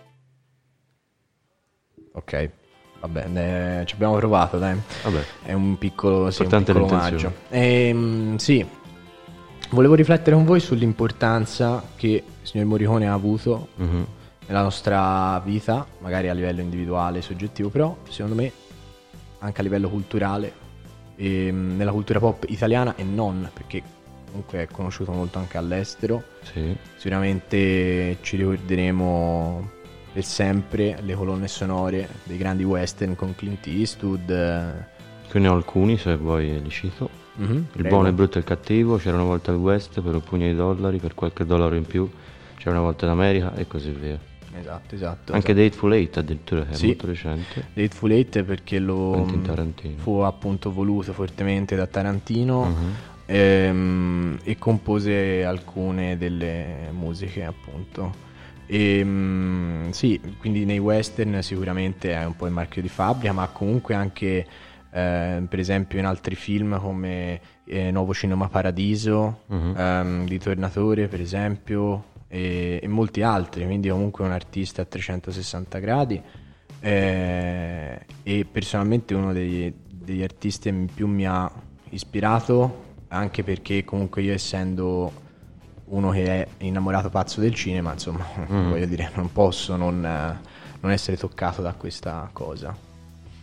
Ok, va bene, ci abbiamo provato, dai. Vabbè, È un piccolo, sì, un Importante piccolo l'intenzione. omaggio. Ehm, sì, volevo riflettere con voi sull'importanza che il signor Morricone ha avuto mhm. nella nostra vita, magari a livello individuale, soggettivo, però secondo me anche a livello culturale, ehm, nella cultura pop italiana e non, perché comunque è conosciuto molto anche all'estero. Sì. Sicuramente ci ricorderemo per sempre le colonne sonore dei grandi western con Clint Eastwood. eh, Qui ne ho alcuni, se vuoi li cito. mhm, Il prego. buono, il brutto e il cattivo, c'era una volta il West per un pugno di dollari, per qualche dollaro in più, c'era una volta in America e così via. Esatto, esatto. Anche The Hateful Eight addirittura, che è Sì. molto recente. The Hateful Eight perché lo Quentin Tarantino. fu appunto voluto fortemente da Tarantino. Mhm. ehm, e compose alcune delle musiche appunto. E, mm, sì, quindi nei western sicuramente è un po' il marchio di fabbrica, ma comunque anche eh, per esempio in altri film come eh, Nuovo Cinema Paradiso, Mhm. ehm, di Tornatore per esempio, e, e molti altri, quindi comunque un artista a trecentosessanta gradi. eh, e personalmente uno degli, degli artisti che più mi ha ispirato, anche perché comunque io essendo uno che è innamorato pazzo del cinema, insomma, voglio dire, non posso non, eh, non essere toccato da questa cosa.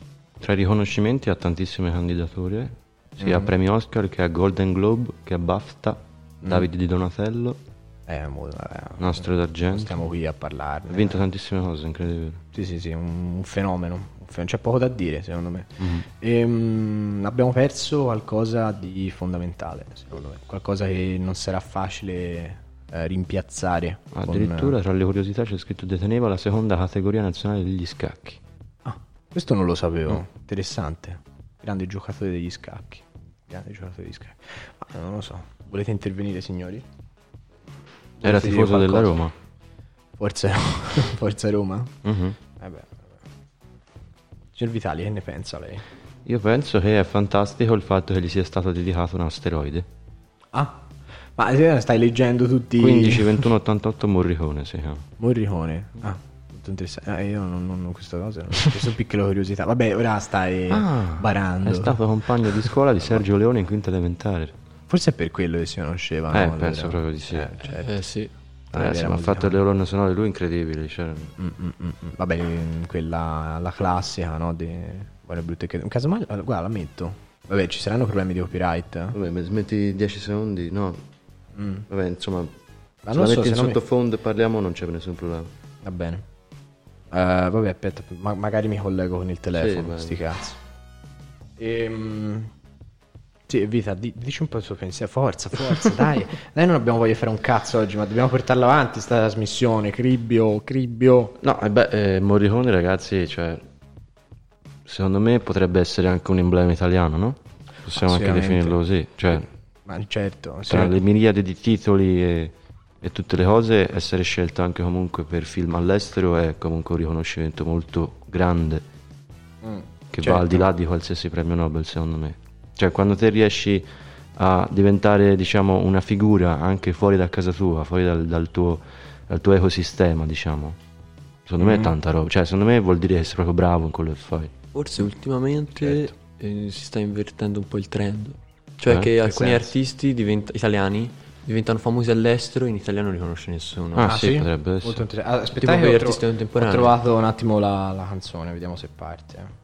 Tra i riconoscimenti ha tantissime candidature, sia Mm. a premi Oscar che a Golden Globe che a BAFTA. Davide Di Donatello, Eh, mo- eh, Nastro d'Argento. stiamo qui a parlarne. Ha vinto tantissime cose, incredibile. Sì, sì, sì, un, un fenomeno. Un fe- C'è poco da dire, secondo me. Mhm. Ehm, abbiamo perso qualcosa di fondamentale, secondo me. Qualcosa che non sarà facile eh, rimpiazzare. con- Addirittura tra le curiosità c'è scritto deteneva la seconda categoria nazionale degli scacchi. Ah, questo non lo sapevo. No. Interessante. Grande giocatore degli scacchi. Grande giocatore degli scacchi. Ma non lo so. Volete intervenire, signori? Era Volete dire tifoso della qualcosa? Roma. Forza, Forza Roma? Mhm. Eh beh. Signor Vitali, che ne pensa lei? Io penso che è fantastico il fatto che gli sia stato dedicato un asteroide. Ah, ma se stai leggendo tutti... quindici ventuno ottantotto Morricone si chiama. Morricone. Ah, molto interessante. Ah, io non, non, non questa cosa, non, questa piccola curiosità. Vabbè, ora stai barando. È stato compagno di scuola di Sergio Leone in quinta elementare. Forse è per quello che si conoscevano. Eh, allora. penso proprio di sì. Eh, certo. Eh sì. Ah, Eh, era sì, ma ha musica. fatto le colonne sonore lui incredibili. Cioè... Mm, mm, mm, mm. Vabbè, in quella la classica, no? Di buone e brutte che... In caso mai, guarda, la metto. Vabbè, ci saranno problemi di copyright. eh? Vabbè, ma smetti dieci secondi, no. Mm. Vabbè, insomma, Ma se non la so, metti in se no mi- sottofondo e parliamo non c'è nessun problema. Va bene. Eh, vabbè, aspetta, ma- magari mi collego con il telefono, vai. sti cazzi. Ehm... Sì, Vita, di- dici un po' il suo pensiero. Forza, forza, dai. Dai, non abbiamo voglia di fare un cazzo oggi, ma dobbiamo portarla avanti sta trasmissione. Cribbio, cribbio. No, e beh, eh, Morricone, ragazzi, cioè, secondo me potrebbe essere anche un emblema italiano, no? Possiamo anche Sicuramente. definirlo così. Cioè, Ma certo, sì. tra le miriade di titoli e, e tutte le cose, essere scelto anche comunque per film all'estero è comunque un riconoscimento molto grande, Mm, che certo. va al di là di qualsiasi premio Nobel, secondo me. Cioè, quando te riesci a diventare, diciamo, una figura anche fuori da casa tua, fuori dal, dal tuo, dal tuo ecosistema, diciamo, secondo me è tanta roba. Cioè, secondo me vuol dire che sei proprio bravo in quello che fai. Forse ultimamente eh, si sta invertendo un po' il trend. Cioè Eh? che Che alcuni senso? artisti diventa- italiani diventano famosi all'estero e in Italia non li conosce nessuno. Ah, sì, potrebbe essere. Molto interessante. Ah, aspettate Tipo che per ho, gli tro- artisti ho contemporanei. trovato un attimo la, la canzone, vediamo se parte. eh.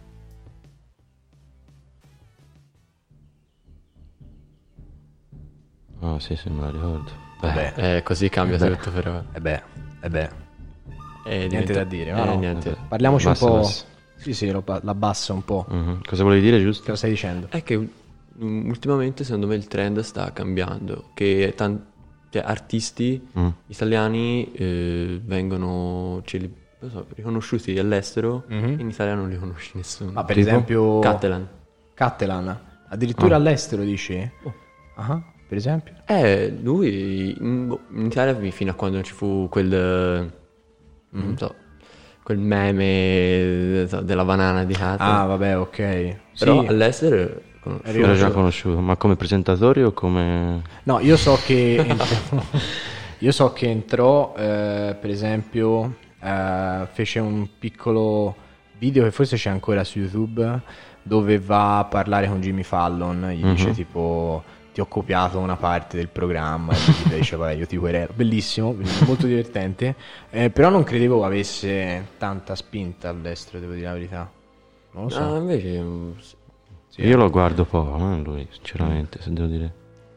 Ah, sì, sì, me la ricordo. Vabbè, Eh, così cambia tutto però. e beh, e beh. Eh, Niente diventa- da dire, eh, no, no. niente. Parliamoci Basta, un po'. basta. Sì, sì, lo ba- la bassa un po'. Mhm. Cosa volevi dire, Che giusto? lo stai dicendo? È che mm, ultimamente secondo me il trend sta cambiando, che tan- cioè, artisti Mm. italiani eh, vengono cele- non so, riconosciuti all'estero, Mhm. in Italia non li conosce nessuno. Ma per Tipo? esempio Catalan. Cattelan, addirittura Ah. all'estero dici? Ah, per esempio? Eh, lui in, boh, in Italia fino a quando non ci fu quel eh, non so, quel meme eh, so, della banana di Catalan. Ah, vabbè, ok. Però Sì. all'estero è conosciuto. Era già conosciuto, ma come presentatore o come... No, io so che entrò, io so che entrò, eh, per esempio, eh, fece un piccolo video che forse c'è ancora su YouTube, dove va a parlare con Jimmy Fallon, gli dice tipo ti ho copiato una parte del programma, e lui dice vabbè io ti querelo. Bellissimo, bellissimo, molto divertente, eh, però non credevo avesse tanta spinta all'estero, devo dire la verità. Non lo so. Ah, invece mm, Sì. Io lo guardo poco, eh, lui, sinceramente, se devo dire.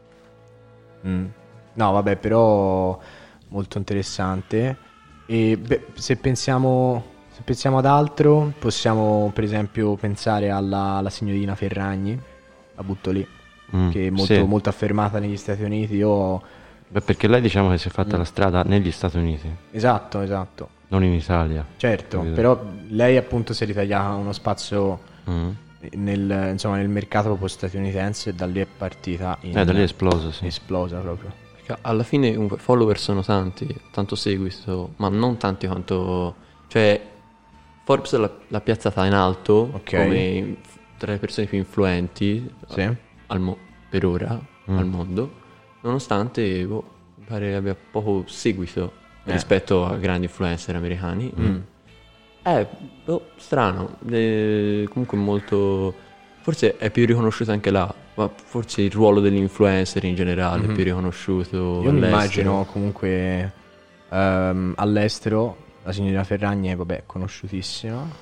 Mm. No, vabbè, però molto interessante. E beh, se pensiamo se pensiamo ad altro, possiamo per esempio pensare alla, alla signorina Ferragni, la butto lì, Mm, che è molto, sì. molto affermata negli Stati Uniti. Io Beh, perché lei diciamo che si è Mm. fatta la strada negli Stati Uniti, esatto, esatto. non in Italia. Certo, Capito? però lei appunto si è ritagliata uno spazio Mm. nel, insomma, nel mercato proprio statunitense, e da lì è partita in, Eh, da lì è esploso, sì. esplosa proprio. perché alla fine comunque follower sono tanti, tanto seguito, ma non tanti quanto... Cioè, Forbes l'ha, l'ha piazzata in alto Ok. come tra le persone più influenti Sì. al mo- per ora Mm. al mondo, nonostante boh, mi pare abbia poco seguito Eh. rispetto a grandi influencer americani. Mm. Eh, boh, strano, eh, comunque molto... Forse è più riconosciuto anche là, ma forse il ruolo dell'influencer in generale è più riconosciuto Io mi all'estero. immagino comunque ehm, all'estero la signorina Ferragni è vabbè conosciutissima,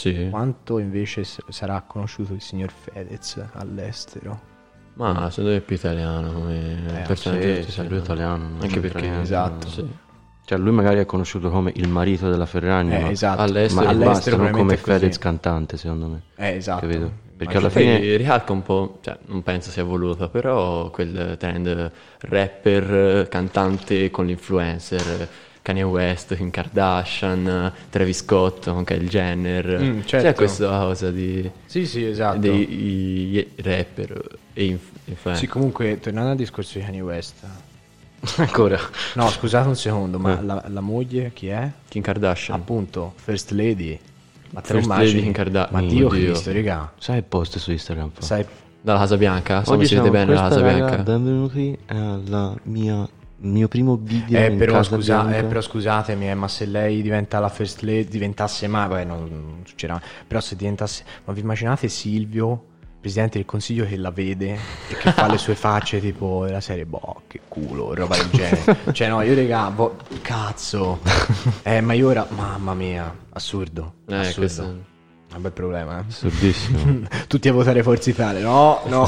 Sì. quanto invece s- sarà conosciuto il signor Fedez all'estero? Ma secondo me è più italiano come Eh, personaggio. Sì, sì, lui è italiano. non Anche c'entra perché niente. esatto. Sì. Cioè, lui magari è conosciuto come il marito della Ferragni, Eh, ma, esatto. all'estero- ma all'estero basta, non come probabilmente è così. Fedez cantante, secondo me. Eh, esatto. Capito? Perché Ma alla Poi fine... ricalca un po', cioè non penso sia voluto, però quel trend rapper, cantante con l'influencer, Kanye West, Kim Kardashian, Travis Scott con Kylie Jenner. Mm, C'è certo. questa cosa di, Sì, sì, esatto. dei i rapper e inf- influencer. Sì, comunque, tornando al discorso di Kanye West. Ancora. No, scusate un secondo, ma Eh. la, la moglie chi è? Kim Kardashian. Appunto, First Lady. Ma te lo First immagini? Lady Kim Kardashian. Ma Dio Oddio. Cristo, raga. Sai il post su Instagram? Fa? Sai, Dalla Casa Bianca? Siamo Oggi siete siamo bene alla questa, Casa raga, Bianca? benvenuti alla mia il mio primo video eh, in però, Casa scusa, Bianca. eh, però scusatemi, eh, ma se lei diventa la First Lady, diventasse mai, beh, non, non succederà. Però se diventasse, ma vi immaginate Silvio, presidente del consiglio, che la vede e che fa le sue facce tipo della serie, boh, che culo, roba del genere. Cioè no, io raga, boh, cazzo. Eh, ma io ora, mamma mia, assurdo, Eh, assurdo. questo- È un bel problema, eh. Assurdissimo. Tutti a votare Forza Italia. No, no.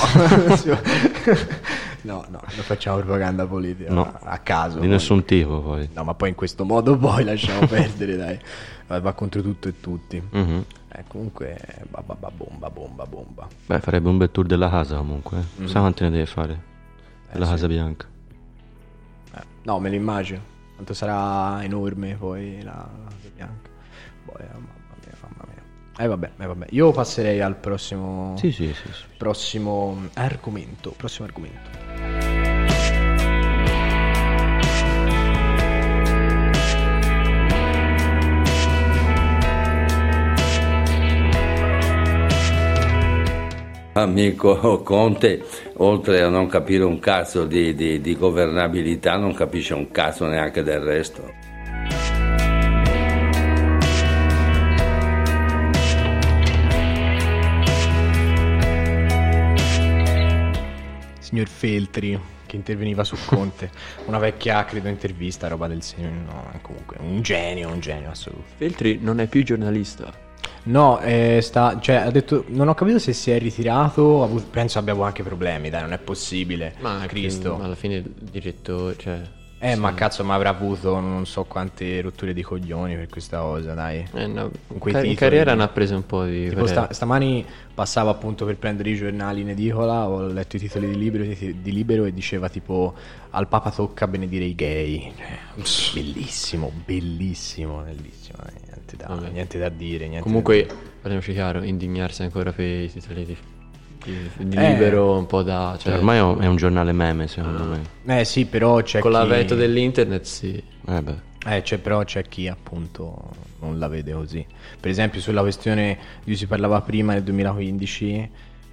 no, no, non facciamo propaganda politica. No. A caso. Di poi. nessun tipo poi. No, ma poi in questo modo poi lasciamo perdere, dai. Va va contro tutto e tutti. Mhm. Eh, comunque, ba, ba, ba, bomba, bomba, bomba. Beh, farebbe un bel tour della casa comunque. eh. Sa quanti ne deve fare? La sì. Casa Bianca. Eh, no, me lo immagino. Quanto sarà enorme poi la la Casa Bianca. Boh, eh, mamma mia, mamma mia. Eh vabbè, eh vabbè. Io passerei al prossimo Sì, sì, sì, sì. prossimo argomento, prossimo argomento. Amico Conte, oltre a non capire un cazzo di, di- di governabilità, non capisce un cazzo neanche del resto. Signor Feltri che interveniva su Conte, una vecchia credo intervista, roba del segno, no, comunque un genio, un genio assoluto. Feltri non è più giornalista. No, eh, sta, cioè ha detto, non ho capito se si è ritirato, ha avuto- penso abbia avuto anche problemi, dai, non è possibile. Ma Cristo. alla fine il direttore, cioè... Eh, sì. ma cazzo, ma avrà avuto non so quante rotture di coglioni per questa cosa, dai. Eh, no, Con quei ca- in titoli. carriera ne ha preso un po' di... Tipo sta- stamani passavo appunto per prendere i giornali in edicola, ho letto i titoli di Libero, di Libero e diceva tipo al Papa tocca benedire i gay. Cioè, bellissimo, bellissimo, bellissimo, eh, niente da, Vabbè. niente da dire. Niente Comunque, da parliamoci chiaro, indignarsi ancora per i titoli di, di, di Eh. Libero un po' da... Cioè, Cioè, ormai è un, è un giornale meme, secondo me. dire. Eh sì, però c'è con chi... l'avvento dell'internet, sì. Eh beh. Eh, c'è, però c'è chi appunto non la vede così. Per esempio sulla questione di cui si parlava prima nel duemilaquindici,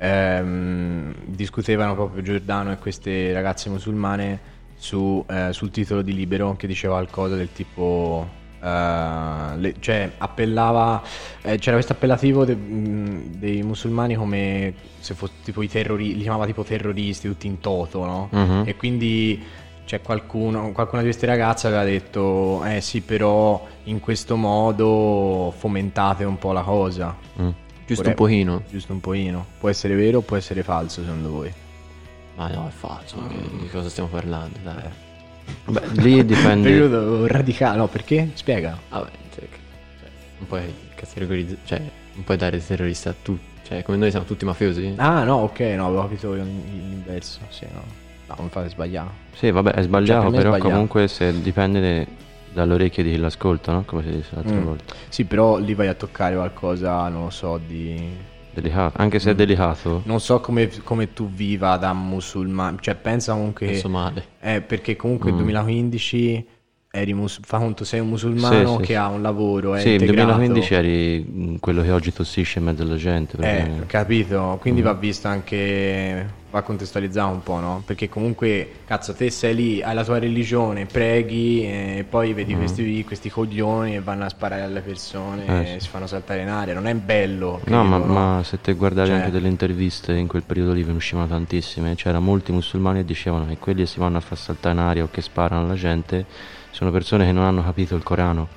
ehm, discutevano proprio Giordano e queste ragazze musulmane su, eh, sul titolo di Libero che diceva qualcosa del tipo... eh, le- cioè appellava eh, c'era questo appellativo de- mh, dei musulmani come se fosse tipo i terroristi, li chiamava tipo terroristi tutti in toto, no? Mhm. E quindi c'è qualcuno, qualcuna di queste ragazze aveva detto eh sì, però in questo modo fomentate un po' la cosa. Mm. Giusto Pure- un pochino. Giusto un pochino. Può essere vero o può essere falso secondo voi? Ma no, è falso. che- Di cosa stiamo parlando? Dai. Beh, lì dipende. Periodo radicale, no, perché? Spiega. Vabbè, cioè, che- cioè, non puoi categorizzare, cioè, non puoi dare terrorista a tutti. Cioè, come noi siamo tutti mafiosi. Ah no, ok, no, avevo capito l'inverso, sì, no. No, non fate sbagliare. Sì, vabbè, è sbagliato, Cioè, per me è però sbagliato. comunque se dipende de- dalle orecchie di chi l'ascolta, no? Come si disse l'altra Mm. volta. Sì, però lì vai a toccare qualcosa, non lo so, di... Delicato. Anche se è delicato. Non so come, come tu viva da musulmano, cioè pensa comunque... Penso male. Eh, perché comunque nel Mm. duemilaquindici eri mus- fa conto sei un musulmano Sì, sì, che sì. ha un lavoro, è Sì, nel integrato. duemilaquindici eri mm, quello che oggi tossisce in mezzo alla gente. Eh, perché- capito? Quindi Mm. va visto anche, va contestualizzato un po', no? Perché comunque, cazzo, te sei lì, hai la tua religione, preghi e poi vedi Mm. questi, questi coglioni e vanno a sparare alle persone Eh, e sì. si fanno saltare in aria. Non è bello. No, ma, credo, ma se te guardavi Cioè- anche delle interviste in quel periodo lì ve ne uscivano tantissime. C'era molti musulmani che dicevano che quelli che si vanno a far saltare in aria o che sparano alla gente sono persone che non hanno capito il Corano.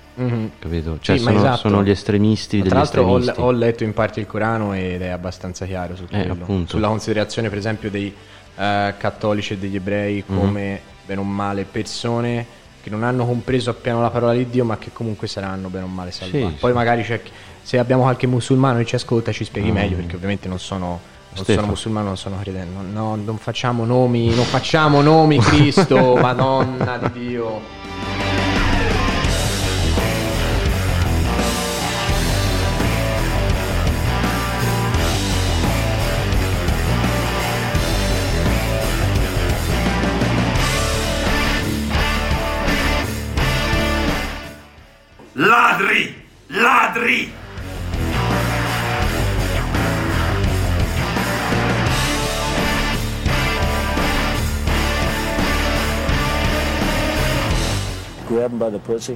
Mm-hmm. Capito? Cioè sì, sono, esatto. sono gli estremisti Tra degli l'altro estremisti. Ho, ho letto in parte il Corano ed è abbastanza chiaro su eh, quello. appunto. Sulla considerazione per esempio dei uh, cattolici e degli ebrei come mm-hmm. bene o male persone che non hanno compreso appieno la parola di Dio, ma che comunque saranno bene o male salvati. Sì, Poi sì. magari c'è chi, se abbiamo qualche musulmano che ci ascolta ci spieghi mm. meglio, perché ovviamente non sono, non sono musulmano, non sono credente. No, no, non facciamo nomi, non facciamo nomi, Cristo, Madonna di Dio. Ladri! Ladri! Grab him by the pussy.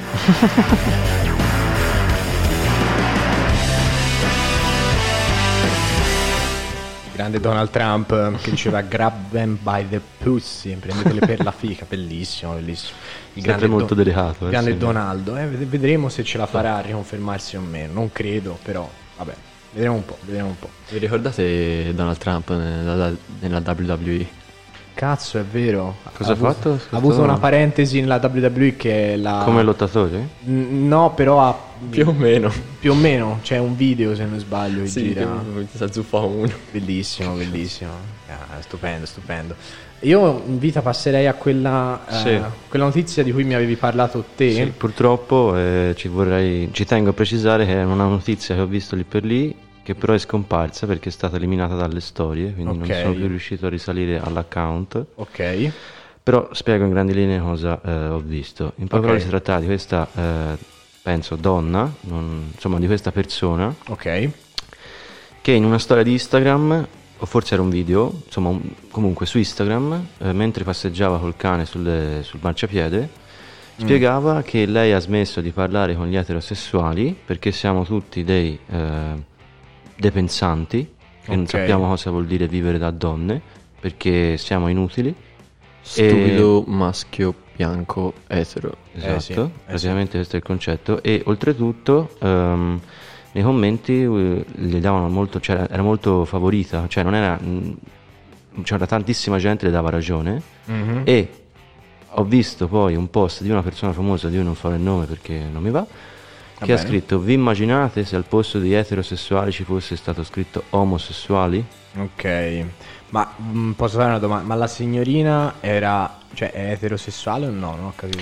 Grande Donald Trump che diceva grab them by the pussy, prendetele per la fica, bellissimo, bellissimo. Il grande molto Don- delicato. Il grande sì. Donaldo, eh, vedremo se ce la farà a riconfermarsi o meno, non credo, però vabbè, vedremo un po', vedremo un po'. Vi ricordate Donald Trump nella, nella W W E? Cazzo, è vero. Cosa ha, ha fatto? Avuto, ha avuto una parentesi nella W W E che è la... Come lottatore? N- no, però ha... Più o meno. Più o meno, c'è un video se non sbaglio che sì, gira. Si azzuffa uno. Bellissimo, bellissimo. Ah, stupendo, stupendo. Io in vita passerei a quella, sì. eh, quella notizia di cui mi avevi parlato te. Sì, purtroppo eh, ci vorrei, ci tengo a precisare che è una notizia che ho visto lì per lì, che però è scomparsa perché è stata eliminata dalle storie, quindi okay. non sono più riuscito a risalire all'account. Ok. Però spiego in grandi linee cosa eh, ho visto. In poche parole si tratta di questa, eh, penso, donna, non, insomma di questa persona, ok, che in una storia di Instagram, o forse era un video, insomma un, comunque su Instagram, eh, mentre passeggiava col cane sulle, sul marciapiede, mm. spiegava che lei ha smesso di parlare con gli eterosessuali perché siamo tutti dei... Eh, dei pensanti che okay. non sappiamo cosa vuol dire vivere da donne perché siamo inutili, stupido e... maschio bianco etero, esatto, eh sì, praticamente eh questo è il concetto. E oltretutto um, nei commenti uh, le davano molto, cioè, era molto favorita, cioè non era mh, c'era tantissima gente le dava ragione, mm-hmm. e ho visto poi un post di una persona famosa, di cui non farò il nome perché non mi va, che ha scritto: vi immaginate se al posto di eterosessuali ci fosse stato scritto omosessuali? Ok, ma mh, posso fare una domanda? Ma la signorina era, cioè, è eterosessuale o no? Non ho capito.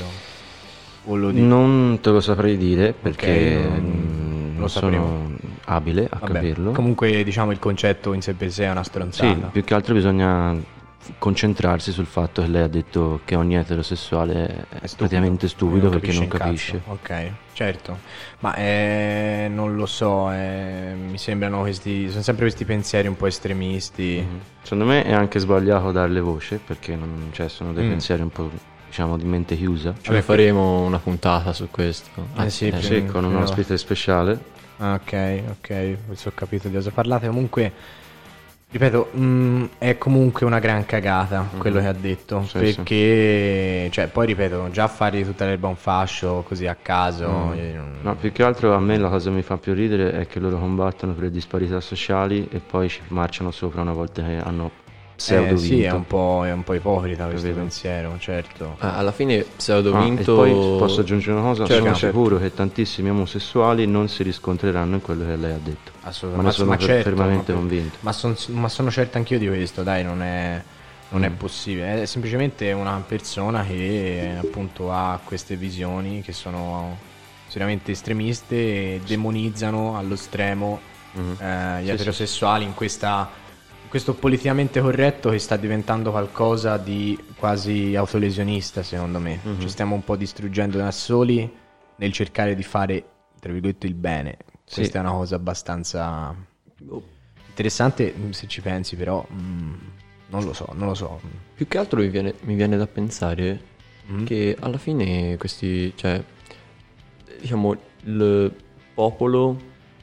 O lo dico? Non te lo saprei dire perché okay, non, non sono abile a Vabbè, capirlo. Comunque diciamo il concetto in sé per sé è una stronzata. Sì, più che altro bisogna concentrarsi sul fatto che lei ha detto che ogni eterosessuale è, è praticamente stupido perché non capisce. Ok, certo, ma eh, non lo so, eh, mi sembrano questi, sono sempre questi pensieri un po' estremisti. Mm-hmm. Secondo me è anche sbagliato darle voce perché non, cioè, sono dei mm. pensieri un po', diciamo, di mente chiusa. Cioè faremo una puntata su questo. Eh sì, eh, sì, con un ospite speciale. Ah, ok, ok, adesso ho capito di cosa parlate. Comunque, ripeto, mh, è comunque una gran cagata mm-hmm. quello che ha detto, sì, perché, sì. cioè, poi ripeto, già fare tutta l'erba un fascio così a caso. Mm. Non... No, più che altro a me la cosa che mi fa più ridere è che loro combattono per le disparità sociali e poi ci marciano sopra una volta che hanno pseudo eh, vinto. Sì, è un po', è un po' ipocrita questo pensiero, certo. Ah, alla fine pseudo ah, vinto. E poi posso aggiungere una cosa, certo. sono sicuro che tantissimi omosessuali non si riscontreranno in quello che lei ha detto. Assolutamente, ma ne sono ma per, certo, fermamente ma, convinto. Ma, son, ma sono certo anch'io di questo, dai, non è, non mm. è possibile. È semplicemente una persona che appunto ha queste visioni che sono seriamente estremiste e demonizzano allo stremo mm. eh, gli sì, eterosessuali sì. in questa... questo politicamente corretto che sta diventando qualcosa di quasi autolesionista, secondo me. Mm-hmm. Ci stiamo un po' distruggendo da soli nel cercare di fare, tra virgolette, il bene. Sì. Questa è una cosa abbastanza interessante se ci pensi, però mh, non lo so, non lo so. Più che altro mi viene, mi viene da pensare mm. che alla fine questi, cioè, diciamo, il popolo,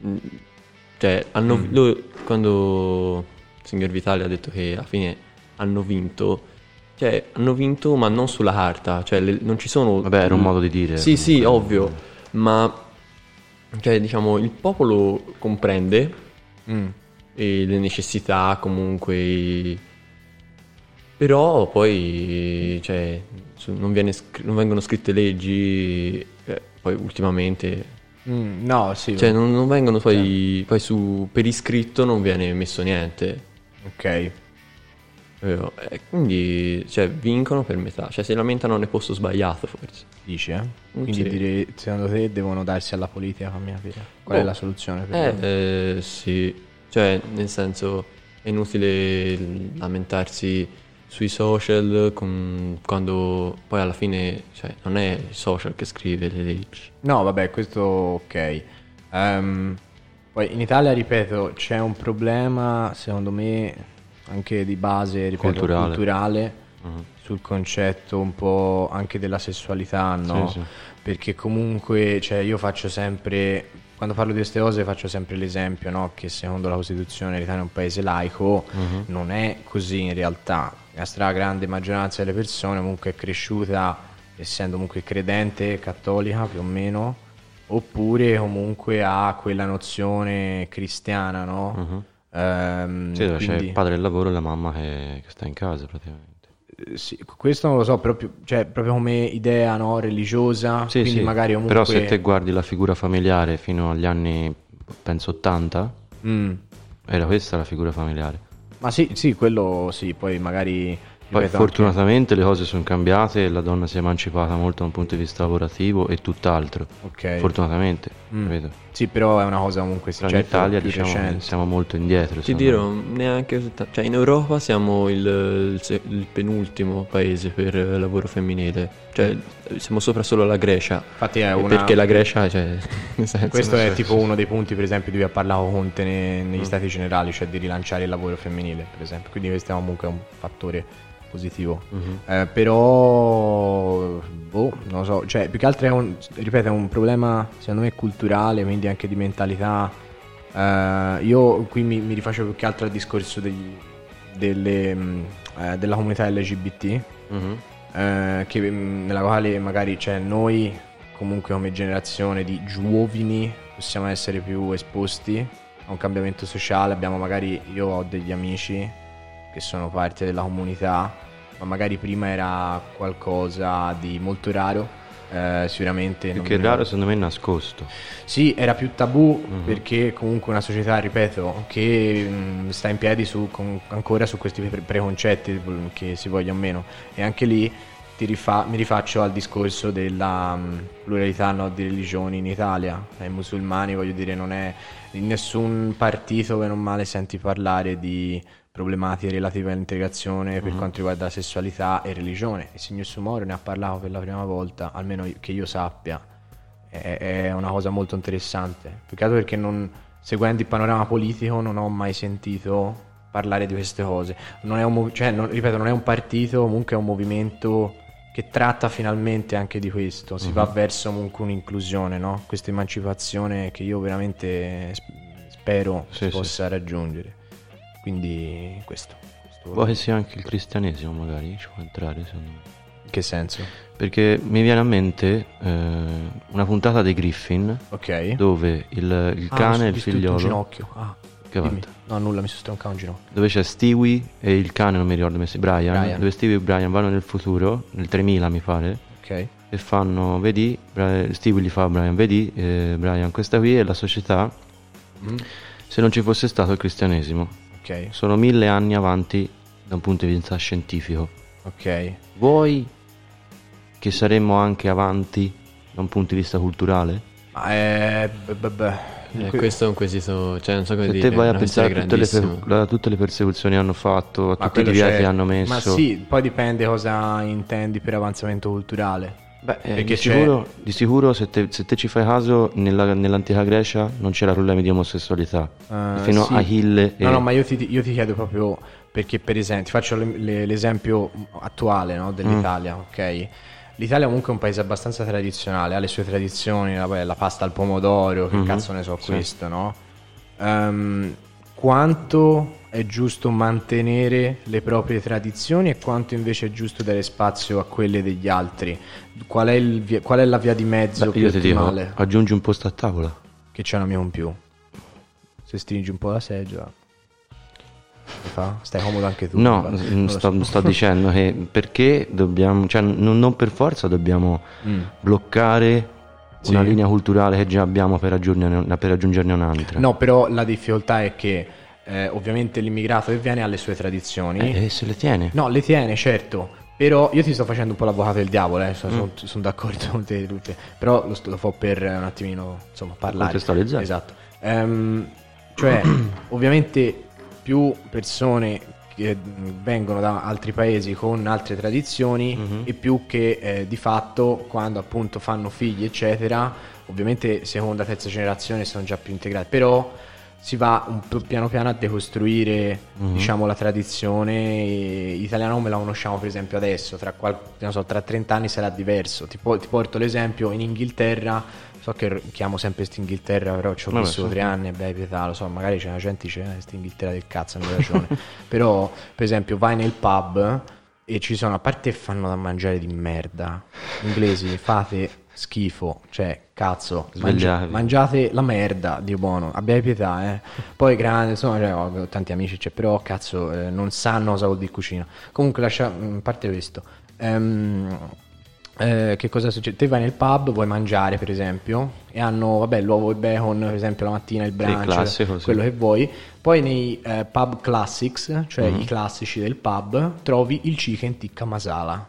cioè, hanno, mm. lo, quando... signor Vitale ha detto che alla fine hanno vinto, cioè hanno vinto ma non sulla carta, cioè le, non ci sono... Vabbè, era un modo di dire. Sì, sì, ovvio, ma cioè diciamo il popolo comprende Mm. e le necessità comunque, i- però poi cioè, su- non, viene scr- non vengono scritte leggi, eh, poi ultimamente Mm, no, sì. cioè non, non vengono poi, poi su per iscritto non viene messo niente. Ok. Vero? E quindi cioè, vincono per metà, cioè si lamentano nel posto sbagliato forse. Dici, eh? Mm, Quindi sì. dire, secondo te devono darsi alla politica, fammi capire. Qual è Oh. la soluzione per loro? Eh, eh, sì, cioè nel senso è inutile lamentarsi sui social con- quando poi alla fine cioè, non è il social che scrive le leggi. No, vabbè, questo ok. Ehm, poi in Italia, ripeto, c'è un problema, secondo me, anche di base, ripeto, Culturale. culturale, Mhm. sul concetto un po' anche della sessualità, no? Sì, sì. Perché comunque, cioè, io faccio sempre, quando parlo di queste cose faccio sempre l'esempio, no? Che secondo la Costituzione l'Italia è un paese laico, Mhm. non è così in realtà. La stragrande maggioranza delle persone comunque è cresciuta essendo comunque credente, cattolica più o meno, oppure comunque ha quella nozione cristiana, no? Mhm. Ehm, Sì, dove c'è quindi- il padre del lavoro e la mamma che, che sta in casa praticamente. eh, sì, questo non lo so, proprio, cioè, proprio come idea, no? Religiosa, Sì, quindi sì. magari comunque... Però se te guardi la figura familiare fino agli anni, penso ottanta, Mm. era questa la figura familiare. Ma sì, sì, quello sì, poi magari... Poi ripeto, fortunatamente le cose sono cambiate e la donna si è emancipata molto da un punto di vista lavorativo e tutt'altro. Ok. Fortunatamente, Mm. capito? Sì, però è una cosa comunque Però certo, in Italia più diciamo che recente. siamo molto indietro. Ti secondo dirò, me. neanche così ta- cioè in Europa siamo il, il se- il penultimo paese per eh, lavoro femminile, cioè siamo sopra solo la Grecia. Infatti è E una... Perché la Grecia, cioè, nel senso, Questo non è so- tipo uno dei punti, per esempio, di cui ha parlato Conte ne- negli Mm. Stati Generali, cioè di rilanciare il lavoro femminile, per esempio. Quindi questo è comunque un fattore positivo. Mhm. Eh, però, boh, non lo so, cioè più che altro è un, ripeto, è un problema secondo me culturale, quindi anche di mentalità. Eh, io qui mi, mi rifaccio più che altro al discorso degli- delle, mh, eh, della comunità L G B T, Mhm. eh, che, mh, nella quale magari cioè, noi comunque come generazione di giovani possiamo essere più esposti a un cambiamento sociale. Abbiamo magari, io ho degli amici che sono parte della comunità, ma magari prima era qualcosa di molto raro, eh, sicuramente Più non che mi- raro secondo me è nascosto. sì, era più tabù Mhm. perché comunque una società, ripeto, che mh, sta in piedi su, con- ancora su questi pre- preconcetti, che si voglia o meno. E anche lì ti rifa- mi rifaccio al discorso della mh, pluralità, no, di religioni in Italia. Ai musulmani, voglio dire, non è in nessun partito che non male senti parlare di problematiche relative all'integrazione per Mhm. quanto riguarda la sessualità e religione. Il signor Sumoro ne ha parlato per la prima volta, almeno che io sappia. È, è una cosa molto interessante. Più che altro perché non, seguendo il panorama politico non ho mai sentito parlare di queste cose. Non è un, mov- cioè, non- ripeto, non è un partito, comunque è un movimento che tratta finalmente anche di questo. Si Mhm. va verso comunque un'inclusione, no? Questa emancipazione che io veramente sp- spero Sì, si sì. possa raggiungere. Quindi questo. questo Vuoi che sia anche il cristianesimo magari ci può entrare secondo me. In che senso? Perché mi viene a mente eh, una puntata dei Griffin Ok. dove il, il Ah, cane mi e sono il distrutto un figliolo, ginocchio. Ah, che dimmi. fatto? No, nulla, mi sono stroncato un ginocchio. Dove c'è Stewie e il cane, non mi ricordo come si Brian, Brian. dove Stewie e Brian vanno nel futuro, nel tremila mi pare, Ok. e fanno, vedi, Brian- Stewie gli fa a Brian, vedi eh, Brian, questa qui è la società Mhm. se non ci fosse stato il cristianesimo. Ok. Sono mille anni avanti da un punto di vista scientifico. Ok. Vuoi che saremmo anche avanti da un punto di vista culturale? Ma eh, beh, beh, beh. Eh, Que- questo è un quesito, cioè non so come Se dire, te vai è a una pensare a questione tutte le, grandissima. per- a tutte le persecuzioni che hanno fatto, a ma tutti i quello divieti c'è- che hanno messo. Ma sì, poi dipende cosa intendi per avanzamento culturale. Beh, eh, Perché di, c'è- sicuro, di sicuro se te, se te ci fai caso nella- nell'antica Grecia non c'era problemi di omosessualità Eh, fino sì. a Achille e No, no, ma io ti, io ti chiedo proprio perché, per esempio, ti faccio le- le- l'esempio attuale, no, dell'Italia, ok? L'Italia comunque è un paese abbastanza tradizionale, ha le sue tradizioni, la, la pasta al pomodoro, che Mhm, cazzo ne so sì. questo, no? Ehm, quanto è giusto mantenere le proprie tradizioni e quanto invece è giusto dare spazio a quelle degli altri. Qual è, il via- qual è la via di mezzo? Beh, io ti dico, ottimale? aggiungi un posto a tavola. Che c'è un amico in più. Se stringi un po' la seggiola, che fa? Stai comodo anche tu. No, guarda. mm, Non lo sto, so. sto dicendo che perché dobbiamo, cioè non, non per forza dobbiamo Mm. bloccare Sì. una linea culturale che già abbiamo per, aggiungerne, per aggiungerne un'altra. No, però la difficoltà è che eh, ovviamente l'immigrato che viene ha le sue tradizioni. Eh, e se le tiene. No, le tiene, certo. Però io ti sto facendo un po' l'avvocato del diavolo, eh. sono, Mm. sono- sono d'accordo con te tutte. Però lo, sto- lo fa per un attimino, insomma, parlare. Contestualizzare. Esatto. Ehm, cioè, ovviamente più persone che mh, vengono da altri paesi con altre tradizioni Mhm. e più che eh, di fatto quando appunto fanno figli eccetera, ovviamente seconda, terza generazione sono già più integrati, però si va un po' piano piano a decostruire Mhm. diciamo la tradizione italiana come la conosciamo per esempio adesso, tra, qual- non so, tra trenta anni sarà diverso. Ti, po- ti porto l'esempio in Inghilterra, so che r- chiamo sempre sta Inghilterra, però ci ho Vabbè, vissuto sì. tre anni, beh pietà, lo so, magari c'è una gente che dice eh, sta Inghilterra del cazzo, hanno ragione. Però per esempio vai nel pub e ci sono, a parte che fanno da mangiare di merda, inglesi, fate schifo, cioè cazzo, mangi- Svegliatevi. mangiate la merda, Dio buono, abbiate pietà, eh. Poi grande, insomma, cioè, ho tanti amici, cioè, però cazzo, eh, non sanno cosa vuol dire cucina. Comunque lascia, a parte questo, ehm, eh, che cosa succede? Te vai nel pub, vuoi mangiare per esempio e hanno, vabbè, l'uovo e bacon per esempio la mattina, il brunch, classico, sì. quello che vuoi. Poi nei eh, pub classics, cioè Mhm. i classici del pub, trovi il chicken tikka masala.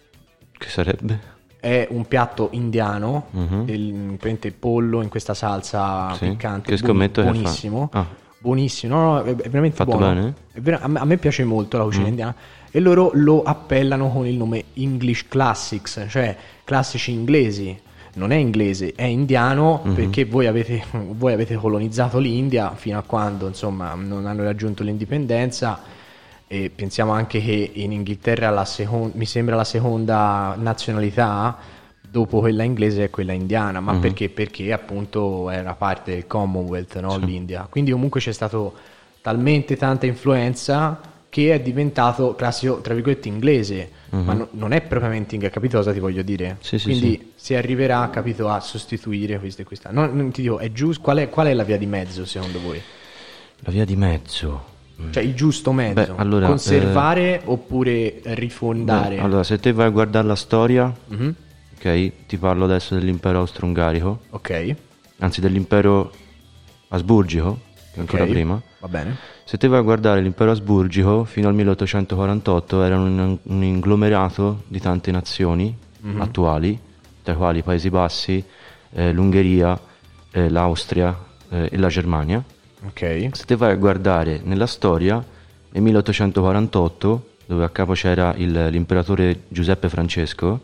Che sarebbe? È un piatto indiano, Mhm. del, praticamente pollo in questa salsa Sì, piccante, che scommetto che fa- buonissimo. Ah. Buonissimo, no, no, è, è veramente Fatto buono. bene? È ver- a, me, a me piace molto la cucina Mm. indiana e loro lo appellano con il nome English Classics, cioè classici inglesi. Non è inglese, è indiano Mhm. perché voi avete, voi avete colonizzato l'India fino a quando insomma non hanno raggiunto l'indipendenza. E pensiamo anche che in Inghilterra la secon- mi sembra la seconda nazionalità dopo quella inglese è quella indiana, ma Mhm. perché? Perché appunto era parte del Commonwealth, no? L'India. Quindi comunque c'è stato talmente tanta influenza che è diventato classico, tra virgolette, inglese, Mhm. ma no- non è propriamente inglese, capito cosa ti voglio dire? Sì, sì, Quindi sì. si arriverà, capito, a sostituire queste e queste. No, non ti dico, è giusto, qual è, qual è la via di mezzo secondo voi? La via di mezzo. Cioè il giusto mezzo, Beh, allora, conservare oppure rifondare? Beh, allora, se te vai a guardare la storia, Mhm. ok, ti parlo adesso dell'impero austro-ungarico, Ok, anzi dell'impero asburgico, che è ancora ok, prima. va bene. Se te vai a guardare l'impero asburgico, fino al milleottocentoquarantotto era un, un inglomerato di tante nazioni Mhm. attuali, tra i quali i Paesi Bassi, eh, l'Ungheria, eh, l'Austria eh, e la Germania. Ok, Se te vai a guardare nella storia, nel milleottocentoquarantotto, dove a capo c'era il- l'imperatore Giuseppe Francesco,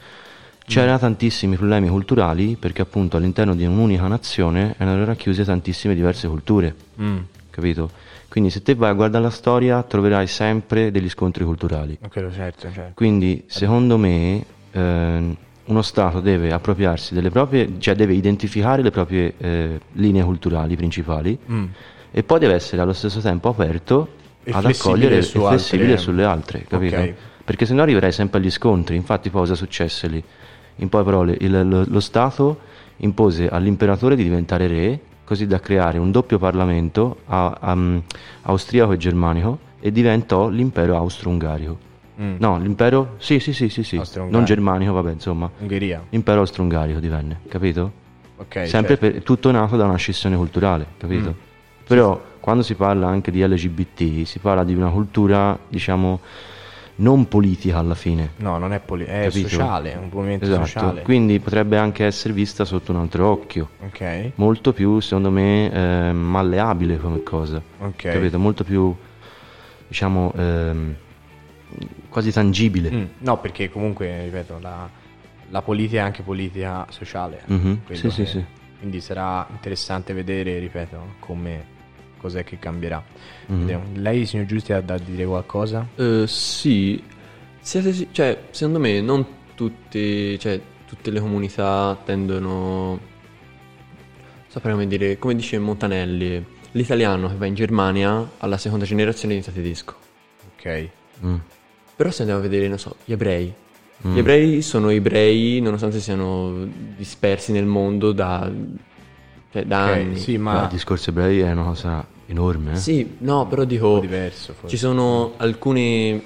c'era tantissimi problemi culturali perché appunto all'interno di un'unica nazione erano racchiuse tantissime diverse culture, Mm, capito? Quindi se te vai a guardare la storia troverai sempre degli scontri culturali. ok, certo, certo. Quindi secondo me ehm, uno Stato deve appropriarsi delle proprie, cioè deve identificare le proprie eh, linee culturali principali Mm. e poi deve essere allo stesso tempo aperto E ad flessibile accogliere su e flessibile altre- sulle altre, capito? Ok. Perché sennò arriverai sempre agli scontri. Infatti poi cosa successe lì? In poche parole, il- lo, lo Stato impose all'imperatore di diventare re, così da creare un doppio parlamento a- a- um, austriaco e germanico e diventò l'impero austro-ungarico. Mm. No, l'impero... Sì, sì, sì, sì, sì. Austro-ungarico. Non germanico, vabbè, insomma. Ungheria. Impero austro-ungarico divenne, capito? Ok, Sempre certo. per, tutto nato da una scissione culturale, capito? Mm. Però quando si parla anche di L G B T si parla di una cultura, diciamo, non politica alla fine. No, non è, poli- è Capito? sociale, è un movimento Esatto, sociale. quindi potrebbe anche essere vista sotto un altro occhio. Ok, Molto più, secondo me, eh, malleabile come cosa. ok. Capito? Molto più, diciamo, ehm, quasi tangibile. Mm, no, perché comunque, ripeto, la, la politica è anche politica sociale. Mhm, quello sì, sì, che- sì. Quindi sarà interessante vedere, ripeto, come cos'è che cambierà. Mhm. Vediamo. Lei, signor Giusti, ha da dire qualcosa? Eh, sì, siete si- cioè, secondo me non tutti, cioè, tutte le comunità tendono, saprei come dire, come dice Montanelli, l'italiano che va in Germania alla seconda generazione diventa tedesco. Ok. Mm. Però se andiamo a vedere, non so, gli ebrei. Mm. Gli ebrei sono ebrei nonostante siano dispersi nel mondo da, cioè, da okay, anni. Sì, ma... ma il discorso ebrei è una cosa enorme. Eh? Sì, no, però dico... diverso, forse. Ci sono alcune...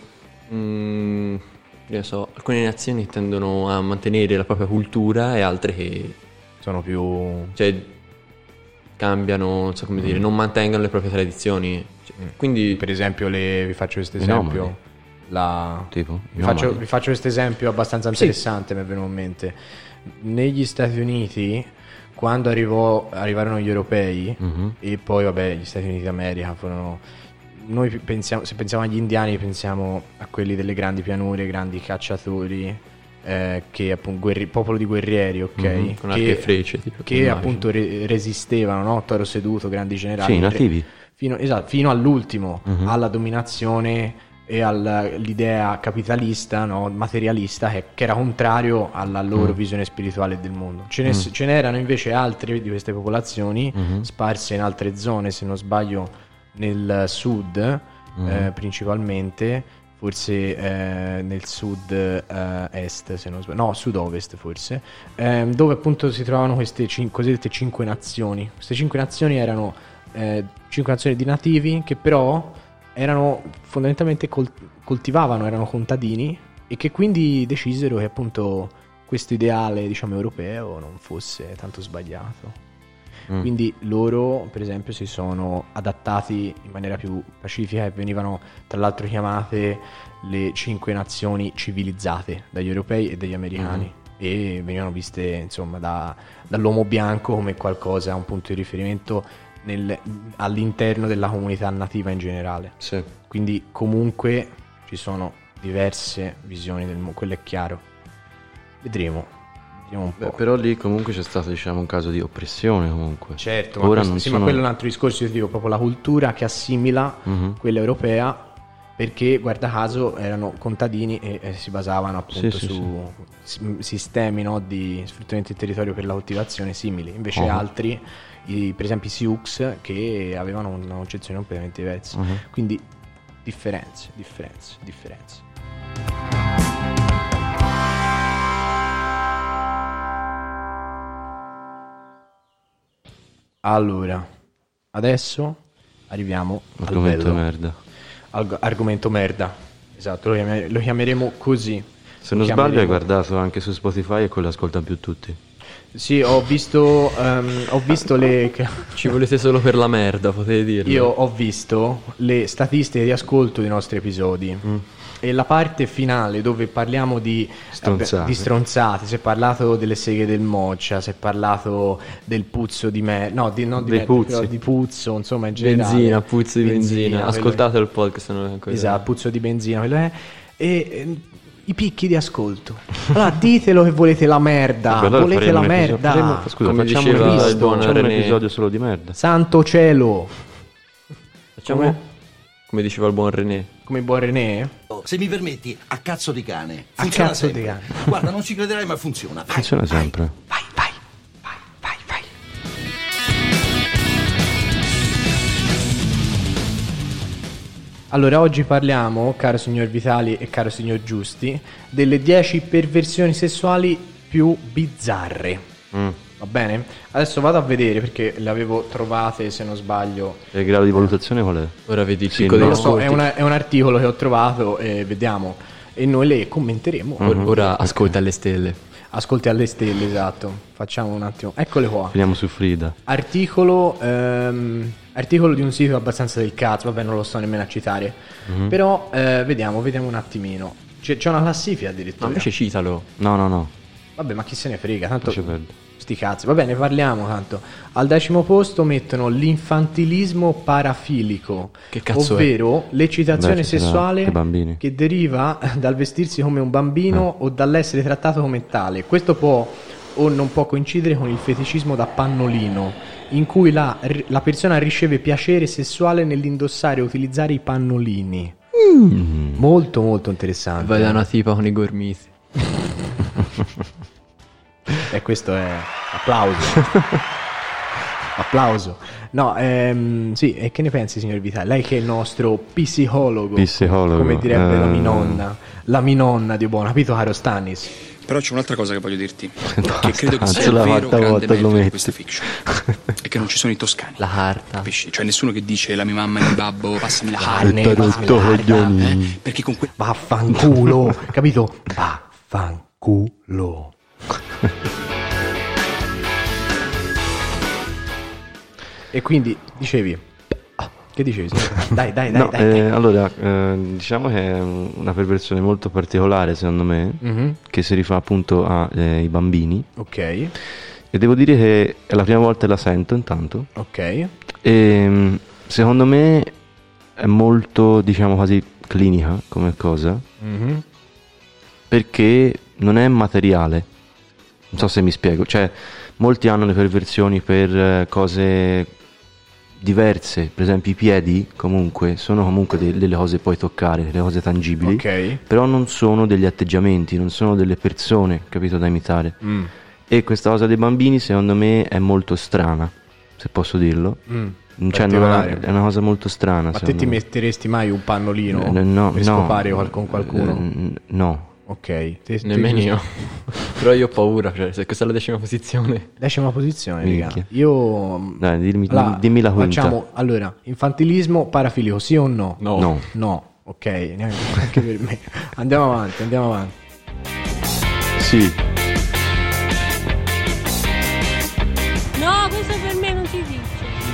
Mm, io so, alcune nazioni che tendono a mantenere la propria cultura e altre che... sono più... cioè cambiano, non so come mm. dire, non mantengono le proprie tradizioni. Cioè, mm. Quindi... Per esempio, le... vi faccio questo esempio... nomadi. La... Tipo, vi, faccio, vi faccio questo esempio abbastanza interessante, sì. Mi è venuto in mente. Negli Stati Uniti, quando arrivò, arrivarono gli europei, mm-hmm. e poi vabbè gli Stati Uniti d'America furono... Noi pensiamo, se pensiamo agli indiani pensiamo a quelli delle grandi pianure, grandi cacciatori, eh, che appunto guerri... popolo di guerrieri, ok? Mm-hmm. Con archi che, e frecce tipo, che appunto re- resistevano, no? Toro seduto, grandi generali. Sì, nativi. Fino, esatto, fino all'ultimo, mm-hmm. alla dominazione e all'idea capitalista, no, materialista, che, che era contrario alla loro mm. visione spirituale del mondo. Ce, ne, mm. ce n'erano invece altre di queste popolazioni mm-hmm. sparse in altre zone, se non sbaglio nel sud mm. eh, principalmente, forse eh, nel sud eh, est, se non sbaglio, no, sud-ovest forse, eh, dove appunto si trovavano queste cin- cosiddette cinque nazioni. Queste cinque nazioni erano eh, cinque nazioni di nativi che però erano fondamentalmente col- coltivavano, erano contadini, e che quindi decisero che appunto questo ideale, diciamo, europeo non fosse tanto sbagliato. Mm. Quindi loro, per esempio, si sono adattati in maniera più pacifica e venivano tra l'altro chiamate le cinque nazioni civilizzate dagli europei e dagli americani. Mm. E venivano viste, insomma, da, dall'uomo bianco come qualcosa, un punto di riferimento Nel, all'interno della comunità nativa in generale. Sì. Quindi comunque ci sono diverse visioni del mondo, quello è chiaro. Vedremo, vedremo un po'. Beh, però lì comunque c'è stato, diciamo, un caso di oppressione comunque. Certo, ora ma, questo, non sì, sono... ma quello è un altro discorso. Io dico proprio la cultura che assimila mm-hmm. quella europea, perché guarda caso erano contadini e, e si basavano appunto sì, su sì, sì. sistemi, no, di sfruttamento del territorio per la coltivazione simili. Invece oh. altri, I, per esempio i Sioux, che avevano una concezione completamente diversa. Uh-huh. Quindi differenze, differenze, differenze. Allora, adesso arriviamo argomento al bello. merda. Al, argomento merda. Esatto, lo, chiamere, lo chiameremo così. Se non sbaglio hai guardato anche su Spotify e quello ascoltano più tutti. Sì, ho visto um, ho visto le... Ci volete solo per la merda, potete dirlo. Io ho visto le statistiche di ascolto dei nostri episodi mm. e la parte finale dove parliamo di stronzate. Eh, di stronzate. Si è parlato delle seghe del Moccia, si è parlato del puzzo di me, no, di, non di, Dei me, puzzi. di puzzo, insomma, in generale. Benzina, puzzo di benzina. benzina. Ascoltate quello... il podcast, se non è ancora. Esatto, puzzo di benzina, quello è. E eh, i picchi di ascolto. Allora ditelo che volete la merda. Allora volete la merda. Faremo, scusa, come facciamo, diceva un, il episodio, buon facciamo un René. episodio solo di merda. Santo cielo. Facciamo come, come diceva il buon René. Come il buon René? Se mi permetti, a cazzo di cane. A Funziona cazzo sempre. di cane. Guarda, non ci crederai, ma funziona. Vai, funziona vai, sempre. Vai, vai, vai, vai, vai. Allora, oggi parliamo, caro signor Vitali e caro signor Giusti, delle dieci perversioni sessuali più bizzarre. Mm. Va bene? Adesso vado a vedere perché le avevo trovate, se non sbaglio. E il grado di valutazione qual è? Ora vedi il Sì, picco no. degli Non so, ascolti. è, una, è un articolo che ho trovato e vediamo. E noi le commenteremo. Mm-hmm. Ora ascolta alle stelle. Ascolti alle stelle, esatto. Facciamo un attimo. Eccole qua. Finiamo su Frida. Articolo ehm, articolo di un sito abbastanza del cazzo, vabbè, non lo sto nemmeno a citare. Mm-hmm. Però eh, vediamo, vediamo un attimino. C'è, c'è una classifica addirittura. Ma invece citalo. No, no, no. Vabbè, ma chi se ne frega, tanto Lascia perdere. sti cazzi. Va bene, parliamo tanto. Al decimo posto mettono l'infantilismo parafilico. Che cazzo ovvero è? l'eccitazione Beh, ci sarà sessuale i bambini. che deriva dal vestirsi come un bambino Eh. o dall'essere trattato come tale. Questo può o non può coincidere con il feticismo da pannolino, in cui la, la persona riceve piacere sessuale nell'indossare e utilizzare i pannolini. Mm. Molto molto interessante. Vai da una tipa con i gormiti. E questo è applauso. Applauso. No, ehm, sì, e che ne pensi, signor Vitale? Lei che è il nostro psicologo, Psicologo, come direbbe eh... la minonna, la minonna di buon capito, caro Stannis. Però c'è un'altra cosa che voglio dirti, Basta, che credo che sia ce il l'ha vero fatta grande volta, lo merito di metti. questa fiction, è che non ci sono i toscani. La carta. Capisci? Cioè nessuno che dice la mia mamma e il mio babbo, passami la Carne, carne, passami rotto la carta, coglioni. eh? Perché con que- Vaffanculo, capito? Vaffanculo. E quindi dicevi, che dicevi? Dai, dai, dai, No, dai, eh, dai. allora, eh, diciamo che è una perversione molto particolare, secondo me, Mhm. che si rifà appunto ai bambini. Ok, E devo dire che è la prima volta che la sento, intanto. ok. E mh, secondo me è molto, diciamo, quasi clinica come cosa, Mhm. perché non è materiale. Non so se mi spiego. Cioè, molti hanno le perversioni per eh, cose diverse. Per esempio, i piedi, comunque, sono comunque de- delle cose che puoi toccare, delle cose tangibili. Ok. Però non sono degli atteggiamenti, non sono delle persone, capito, da imitare. Mm. E questa cosa dei bambini, secondo me, è molto strana, se posso dirlo. Mm. Cioè, non Particolare. è, è una cosa molto strana. Ma te secondo ti me. metteresti mai un pannolino Eh, no, per no. scopare qual- con qualcuno? Eh, no. Ok. Te- te- Nemmeno io. Però io ho paura, cioè, se questa è la decima posizione. Decima posizione, Minchia. raga. Io... Dai, dimmi, Allora, dimmi la quinta. Facciamo, allora, infantilismo parafilico, sì o no? No. No. No, ok, neanche, neanche per me. Andiamo avanti, andiamo avanti. Sì. No, questo per me non si dice.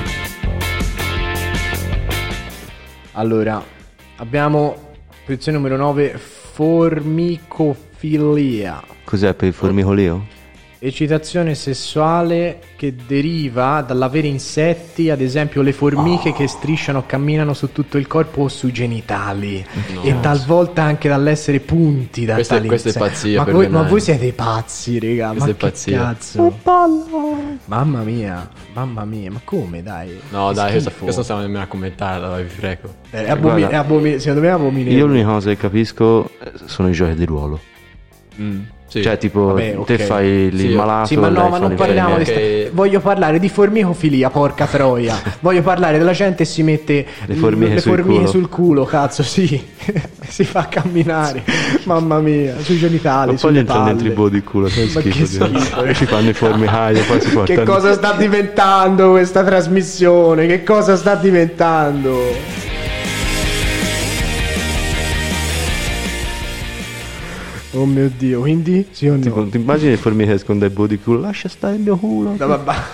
Allora, abbiamo posizione numero nove, formicofilia. Cos'è per il formicoleo? Eccitazione sessuale che deriva dall'avere insetti, ad esempio le formiche che strisciano o camminano su tutto il corpo o sui genitali, e talvolta anche dall'essere punti da Questa è- tali questa è insetti. pazzia Ma, per voi, me, ma dai. voi siete pazzi, raga. Questa Ma è che pazzia. cazzo? Mamma mia, mamma mia, ma come, dai? No, Che dai, questa, schifo. questa stiamo nemmeno a commentare, dai, vi prego. È abomi- Guarda, è abomi- secondo me è abominevole. Io l'unica cosa che capisco eh, sono i giochi di ruolo. Mm. Sì. Cioè, tipo, Vabbè, te ok. fai Sì, l'immalato. Sì, ma no, lei ma fa non le parliamo di ok. sta... Voglio parlare di formicofilia, porca troia. Voglio parlare della gente che si mette Le formiche le sul formiche culo. sul culo, cazzo, sì. Si fa camminare. Mamma mia, sui genitali, Ma poi gli sulle entrano dentro i palle. body culo, che Ma che schifo. schifo. Poi ci fanno i formicaio, poi si portano. Che cosa sta diventando questa trasmissione? Che cosa sta diventando? Oh mio Dio, quindi sì o no? Tipo, ti immagini le formiche che escono dai body culo? Lascia stare il mio culo. No, ma ba-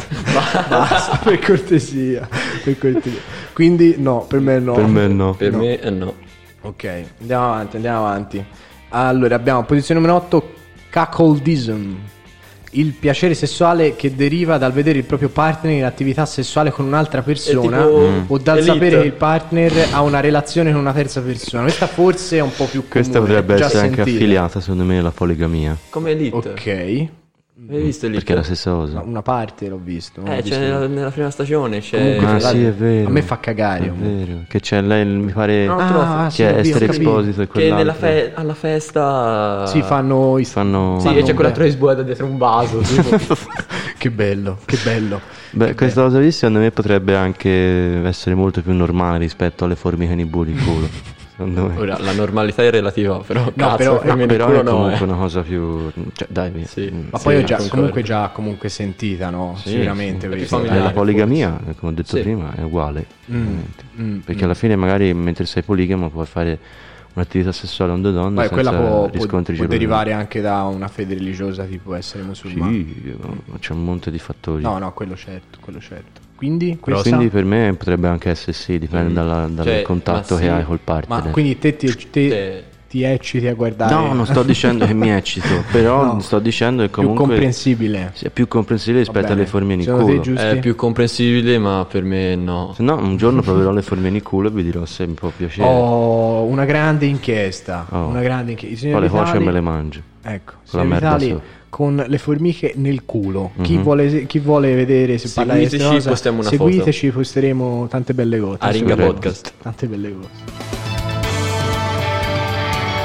basta, per cortesia, per cortesia. Quindi no, per me no. Per me no. Per No. me eh, no. Ok, andiamo avanti, andiamo avanti. Allora, abbiamo posizione numero otto, cuckoldism. Il piacere sessuale che deriva dal vedere il proprio partner in attività sessuale con un'altra persona, tipo mm. o dal Elite. sapere che il partner ha una relazione con una terza persona. Questa forse è un po' più comune. Questa potrebbe già essere anche sentita. affiliata, secondo me, alla poligamia. Come Elite. Ok, Hai visto Elite? Perché è la stessa cosa. una parte l'ho visto. non l'ho Eh, visto c'è nella, nella prima stagione c'è... Comunque, Ah, fra sì, è vero. A me fa cagare. È vero. Che c'è lei, mi pare. No, Ah, che sì, è ho visto, Esther ho capito. Exposito e Che quell'altro. nella fe- alla festa... Si fanno i Fanno. Sì, fanno e c'è un quella bel- tresbueda dietro un vaso. tipo. Che bello, che bello. Beh, questa cosa lì secondo me potrebbe anche essere molto più normale rispetto alle formiche nei buli in culo. Secondo me. Ora, la normalità è relativa, però cazzo, però- per me nel Però culo è no, comunque eh. una cosa più. Cioè, dai, via. Sì. Mm. Ma Sì, poi ho già, concordo. comunque già comunque sentita, no? Sì, Sicuramente. sì. perché- È più familiare. La poligamia, come ho detto Sì. prima, è uguale. Mm, ovviamente. mm, Perché alla fine, magari mentre sei poligamo, puoi fare un'attività sessuale con due donne Poi quella senza può, può, riscontri può gelosi. derivare anche da una fede religiosa, tipo essere musulmano. Sì, c'è un monte di fattori. No, no, quello certo, quello certo. Quindi, Però questa... quindi per me potrebbe anche essere sì, dipende Mm. dalla- dal Cioè, contatto ma che sì. hai col Ma partner. quindi te ti, te Te- ti ecciti a guardare? No, non sto dicendo che mi eccito, però No. sto dicendo che Più comunque comprensibile. sia più comprensibile Va rispetto bene. alle formiche in Secondo te culo. giusto? È più comprensibile, ma per me no. Se no, un giorno proverò le formiche in culo e vi dirò se mi può piacere. Oh, una grande inchiesta. Oh. Una grande inchiesta. Il Poi signor le cosce Vitali- me le mangio. Ecco, Con la signor merda Vitali sopra. con le formiche nel culo. Chi, Mhm. vuole, chi vuole vedere se parlare di queste Seguiteci, cose, postiamo una seguiteci, posteremo tante belle cose. A Ringa Corretto. Podcast. Tante belle cose.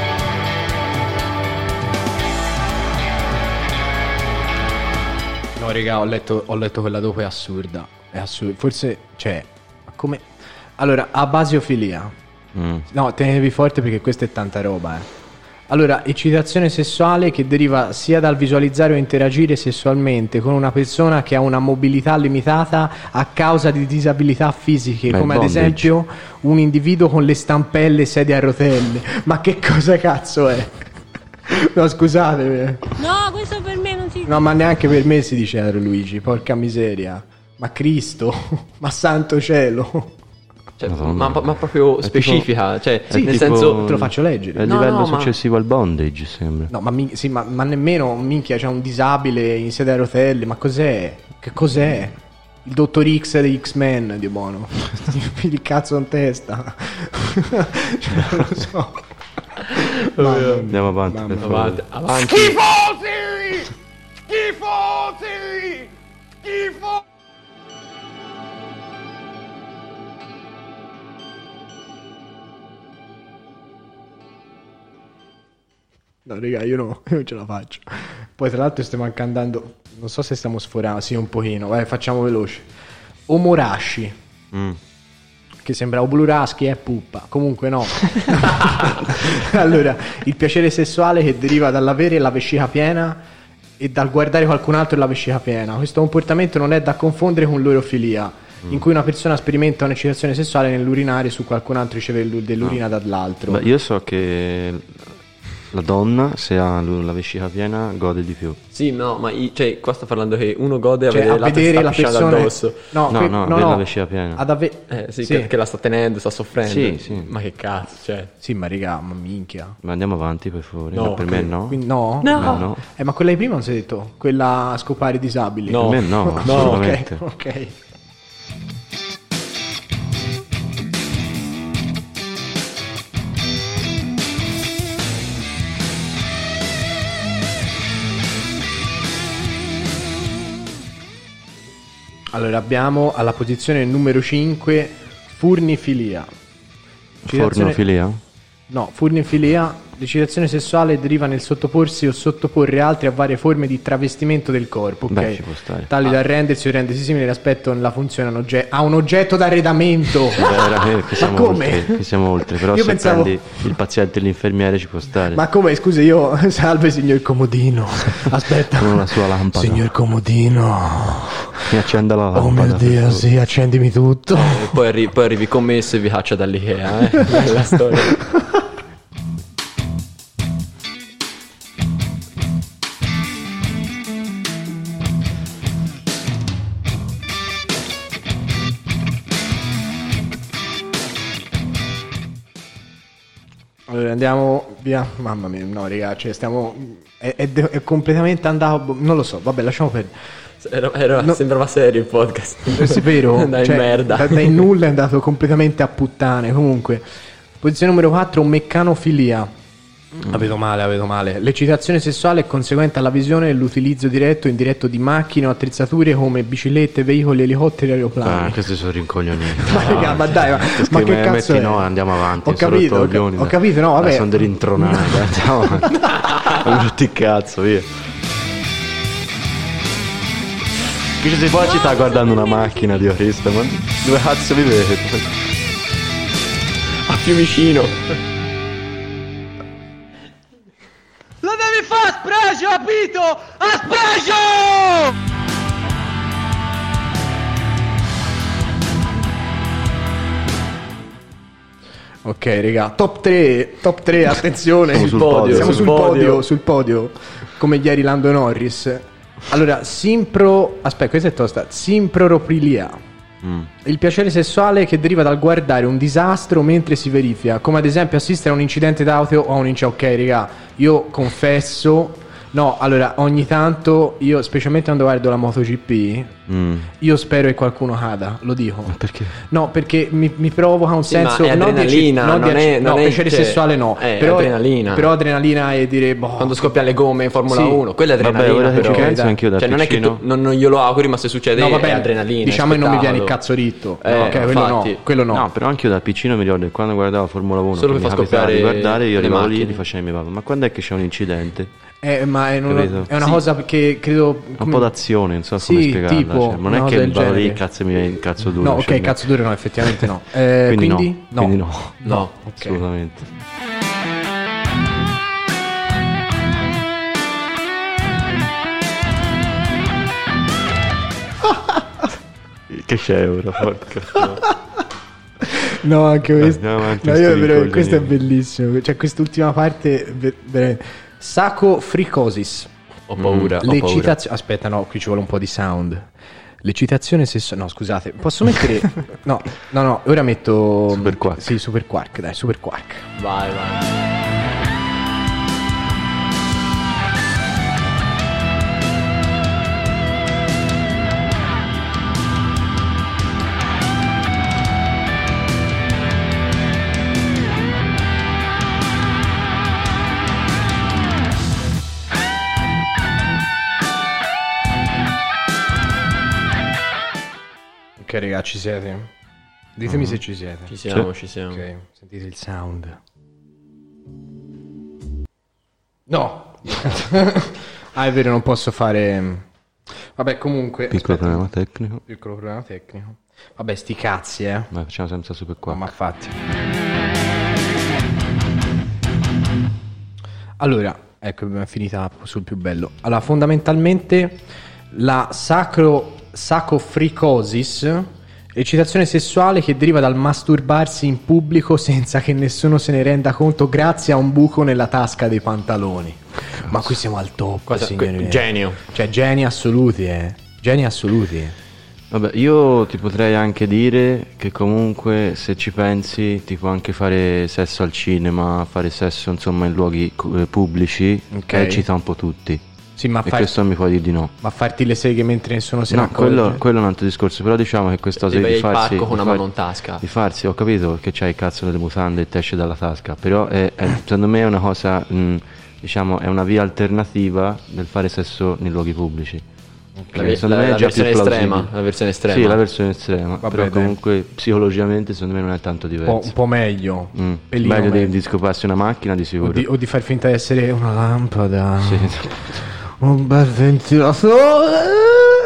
No, raga, ho letto, ho letto quella dopo, è assurda. È assurda. Forse, cioè, come... Allora, abasiofilia. Mm. No, tenevi forte perché questa è tanta roba, eh. Allora, eccitazione sessuale che deriva sia dal visualizzare o interagire sessualmente con una persona che ha una mobilità limitata a causa di disabilità fisiche, Beh, come bondage. Ad esempio un individuo con le stampelle e sedie a rotelle. Ma che cosa cazzo è? No, scusate. No, questo per me non si dice. No, ma neanche per me si dice Luigi, porca miseria. Ma Cristo, ma santo cielo. Cioè, ma, ma proprio è specifica, tipo, cioè, sì, nel tipo, senso... te lo faccio leggere. È il no, livello no, successivo ma... al bondage, sembra. No, ma, min- sì, ma, ma nemmeno, minchia, c'è un disabile in sedia a rotelle, ma cos'è? Che cos'è? Il dottor X degli X-Men, Dio buono. Il cazzo in testa. Cioè, non lo so. Mamma, andiamo avanti, mamma, per avanti, avanti. Schifosi! Schifosi! Schifosi! No, raga, io, no, io non ce la faccio. Poi tra l'altro stiamo anche andando, non so se stiamo sforando, sì un pochino, vai, facciamo veloce. Omorashi, mm. che sembra Obluraschi è puppa, comunque no. Allora, il piacere sessuale che deriva dall'avere la vescica piena e dal guardare qualcun altro e la vescica piena. Questo comportamento non è da confondere con l'urofilia, mm. in cui una persona sperimenta un'eccitazione sessuale nell'urinare su qualcun altro, riceve dell'urina no. dall'altro. Beh, io so che la donna, se ha la vescica piena, gode di più. Sì, no, ma i, cioè, qua sto parlando che uno gode cioè, a vedere, a vedere la persona addosso. No, no, que- no, no, no, no, la vescica piena. Ad ave- eh, sì, sì. Che, che la sta tenendo, sta soffrendo. Sì, sì. Ma che cazzo, cioè. Sì, ma raga, ma minchia. Ma andiamo avanti, per favore. No, no, per okay. me no. Quindi, no? No. no. no. Eh, ma quella di prima non si è detto? Quella a scopare i disabili. No. Per me no, no, assolutamente. ok, ok. Allora abbiamo alla posizione numero cinque furnifilia. Fornofilia? No, furnifilia, l'eccitazione sessuale deriva nel sottoporsi o sottoporre altri a varie forme di travestimento del corpo, ok? Beh, ci può stare. Tali ah. da rendersi o rendersi simile l'aspetto nella funzione a un, ogge- a un oggetto d'arredamento. Beh, che siamo Ma come? Oltre, che siamo oltre, però Io se pensavo... prendi il paziente e l'infermiere ci può stare. Ma come, scusi, io... Salve signor Comodino. Aspetta. Con una sua lampada. Signor Comodino. Mi accenda la lampada. Oh mio Dio, sì, accendimi tutto. E poi, arri- poi arrivi commesso e vi caccia dall'Ikea, eh? Bella storia. Allora andiamo via. Mamma mia, no raga, cioè stiamo è, è, de- è completamente andato, non lo so, vabbè, lasciamo perdere. Era, era, no. Sembrava serio il podcast. È vero? Dai, cioè, merda. Da, dai nulla è andato completamente a puttane. Comunque, posizione numero quattro, meccanofilia. Mm. Avevo male, avevo male. L'eccitazione sessuale è conseguente alla visione e l'utilizzo diretto e indiretto di macchine o attrezzature come biciclette, veicoli, elicotteri, aeroplani. Ah, questi sono rincoglioniti. Ma, raga, ma dai, ma, ma che cazzo metti è? No, andiamo avanti. Ho capito, ho, ca- ho capito, no, vabbè. Sono derintronati, andiamo avanti. Brutti cazzo, via. Qui ci si può ci sta guardando una macchina, Dio Cristo, ma dove cazzo vivete? A Fiumicino. Lo devi fare a spregio, capito? A spregio! Ok, raga, top tre, top tre, attenzione. Siamo sul podio, Siamo sul sul podio. podio, sul podio, come ieri Lando Norris. Allora, simpro... Aspetta, questa è tosta. Simproropilia. Mm. Il piacere sessuale che deriva dal guardare un disastro mentre si verifica, come ad esempio assistere a un incidente d'auto o a un incidente. Ok, raga, io confesso... No, allora, ogni tanto io, specialmente quando guardo la MotoGP... Mm. Io spero che qualcuno cada, lo dico. Perché? No, perché mi, mi provoca un Sì, senso. ma è non di- adrenalina, non di- non è- no, non è- piacere cioè, sessuale no. è però, adrenalina. Però adrenalina e dire boh. Quando scoppiano le gomme in Formula Sì. uno, quella è Vabbè, adrenalina. ora che però. ci penso, dai. anch'io da Cioè, non è che piccino. tu, non, non glielo auguri, ma se succede No, è vabbè, adrenalina. diciamo è che non mi viene il spettacolo. cazzo ritto. Eh, ok, quello no, infatti. quello no. No, però anche io da piccino mi ricordo che quando guardavo Formula uno Solo che per mi far capitava di scoppiare guardare, io le arrivavo lì e macchine. gli facevo ai miei papà, ma quando è che c'è un incidente? Eh, ma è, non- Capito? è una Sì. cosa che credo. Un po' d'azione, non so Sì, come spiegarla. tipo, cioè, non una è cosa che del vado lì genere. cazzo mi viene il cazzo duro. No, ok, cioè, cazzo duro no, effettivamente no. Eh, Quindi, quindi, no. Quindi no. No, ok. Assolutamente. Che c'è ora, porca. No, anche questo. Andiamo avanti, No, sto io, però, rincoglionendo. questo è bellissimo. Cioè, quest'ultima parte. ve- veramente- Sacofricosis. Ho paura. ho paura. L'eccitazione. Aspetta, no, qui ci vuole un po' di sound. L'eccitazione sessuale. No, scusate, posso mettere. No, no, no, ora metto. Super Quark. Sì, Super Quark, dai, Super Quark. Vai, vai. Ok, raga, ci siete? Ditemi se ci siete. Ci siamo, ci siamo. Ok, sentite il sound. No! Ah, è vero, non posso fare. Vabbè, comunque. Piccolo aspetta. problema tecnico. Piccolo problema tecnico. Vabbè, sti cazzi, eh. Ma facciamo senza Super No, Quark. ma infatti. Allora, ecco, abbiamo finita sul più bello. Allora, fondamentalmente la sacro sacofricosis, eccitazione sessuale che deriva dal masturbarsi in pubblico senza che nessuno se ne renda conto grazie a un buco nella tasca dei pantaloni. Ma qui siamo al top, Cosa- signori. que- genio. Cioè, geni assoluti, eh. Geni assoluti. Vabbè, io ti potrei anche dire che comunque se ci pensi ti può anche fare sesso al cinema, fare sesso insomma in luoghi eh, pubblici, Ok. che eccita un po' tutti. Sì, ma, E far- questo mi puoi dire di no. ma farti le seghe mentre nessuno se ne No, accorge. quello, quello è un altro discorso, però diciamo che questa cosa Ti vai di al farsi parco con di una far- mano in tasca. di farsi, ho capito perché c'hai il cazzo delle mutande e te esce dalla tasca, però è, è- secondo me è una cosa, mh, diciamo, è una via alternativa del fare sesso nei luoghi pubblici. La, Che secondo la- me è la già più versione estrema, plausibile. la versione estrema. Sì, la versione estrema, Vabbè, però dai. comunque psicologicamente secondo me non è tanto Un po', diverso. un po' meglio. Mm. Pelino Meglio di, meglio. di scoparsi una macchina di O sicuro. di, o di far finta di essere una lampada. Sì. Un bel ventilatore.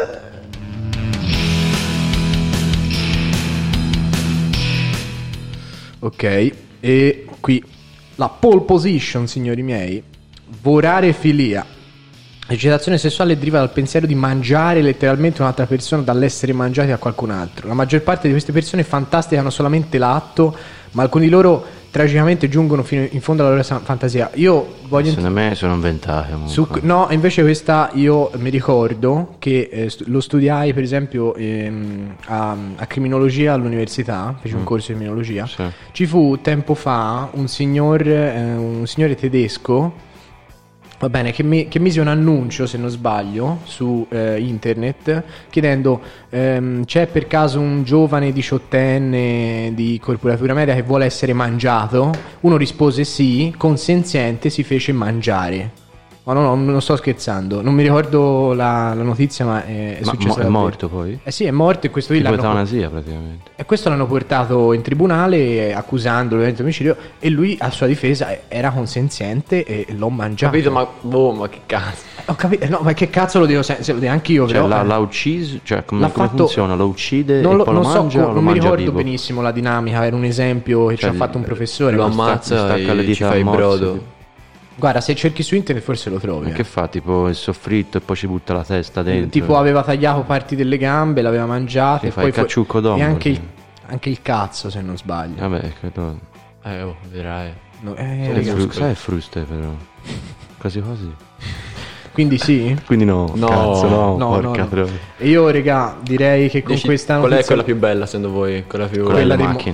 Ok, e qui la pole position, signori miei. Vorare filia. L'eccitazione sessuale deriva dal pensiero di mangiare letteralmente un'altra persona dall'essere mangiati da qualcun altro. La maggior parte di queste persone fantasticano solamente l'atto, ma alcuni di loro tragicamente giungono fino in fondo alla loro sa- fantasia. Io voglio Secondo me sono inventate comunque. su- no, invece questa io mi ricordo che eh, stu- lo studiai per esempio ehm, a, a criminologia all'università, feci un corso di criminologia. Sì. Ci fu tempo fa un signor, eh, un signore tedesco, va bene, che, mi- che mise un annuncio, se non sbaglio, su eh, internet chiedendo ehm, c'è per caso un giovane diciottenne di corporatura media che vuole essere mangiato? Uno rispose sì, consenziente si fece mangiare. Ma no, no, non sto scherzando, non mi ricordo la, la notizia, ma è, è Ma successo mo- è davvero. morto poi? Eh sì, è morto e questo qui Tipo l'hanno... eutanasia praticamente. E questo l'hanno portato in tribunale eh, accusandolo di omicidio e lui a sua difesa eh, era consenziente e l'ho mangiato. Capito, ma boh, ma che cazzo. Ho capito, no, ma che cazzo lo devo se, se lo devo anche io, Cioè però. l'ha, eh. l'ha ucciso, cioè come, L'ha come fatto- funziona? Lo uccide non e lo, poi non lo so, mangia co- o lo non mi mangia ricordo vivo? benissimo la dinamica, era un esempio che ci Cioè, ha fatto un professore. lo ma- sta- ammazza stacca le e dita ci al fa il morso, brodo. tipo. Guarda, se cerchi su internet forse lo trovi. Ma eh. che fa? Tipo il soffritto e poi ci butta la testa dentro? Tipo aveva tagliato parti delle gambe, l'aveva mangiato Sì, e fa poi il cacciucco d'ombra, e anche il, sì. anche il cazzo, se non sbaglio. Vabbè, credo... Eh, oh, vedrai. No, eh, Sai raga, fru- sai fruste però. Quasi quasi. quindi sì. Quindi no, No, cazzo no, no, porca no, no. troia. E io, raga, direi che con Dici, questa qual è notizia quella più bella, secondo voi? Quella più Quella Quella delle dei mo- macchine.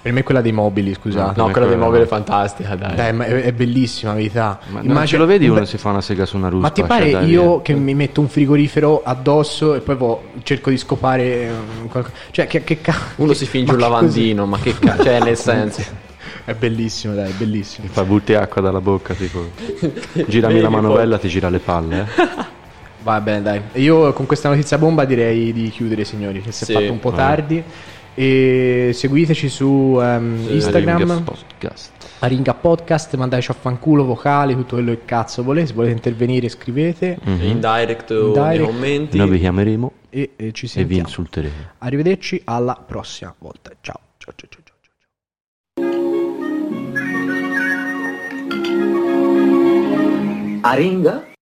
Per me è quella dei mobili, scusate. No, per quella dei quella mobili è no. fantastica, dai. Dai, ma è, è bellissima, verità. Ma Immagina- non ce lo vedi uno Beh, si fa una sega su una ruspa? Ma ti cioè, pare dai, io via. che mi metto un frigorifero addosso e poi vo- cerco di scopare eh, qualcosa? Cioè, che, che ca- Uno si finge ma un che lavandino, ma che cazzo, cioè nel senso. cos'è? È bellissimo, dai, è bellissimo. Fai butti acqua dalla bocca, tipo. Girami la manovella, ti gira le palle. Eh? Va bene, dai. E io con questa notizia bomba direi di chiudere, signori, che si è Sì, fatto un po' vai. tardi. E seguiteci su ehm, Instagram, Ringas Podcast. a Ringa Podcast, mandateci a fanculo, vocali, tutto quello che cazzo volete. Se volete intervenire, scrivete. Mhm. In direct o In nei direct. commenti. Noi vi chiameremo E, e ci e vi sentiamo. insulteremo. Arrivederci alla prossima volta. Ciao. Ciao, ciao, ciao, ciao. Aringa?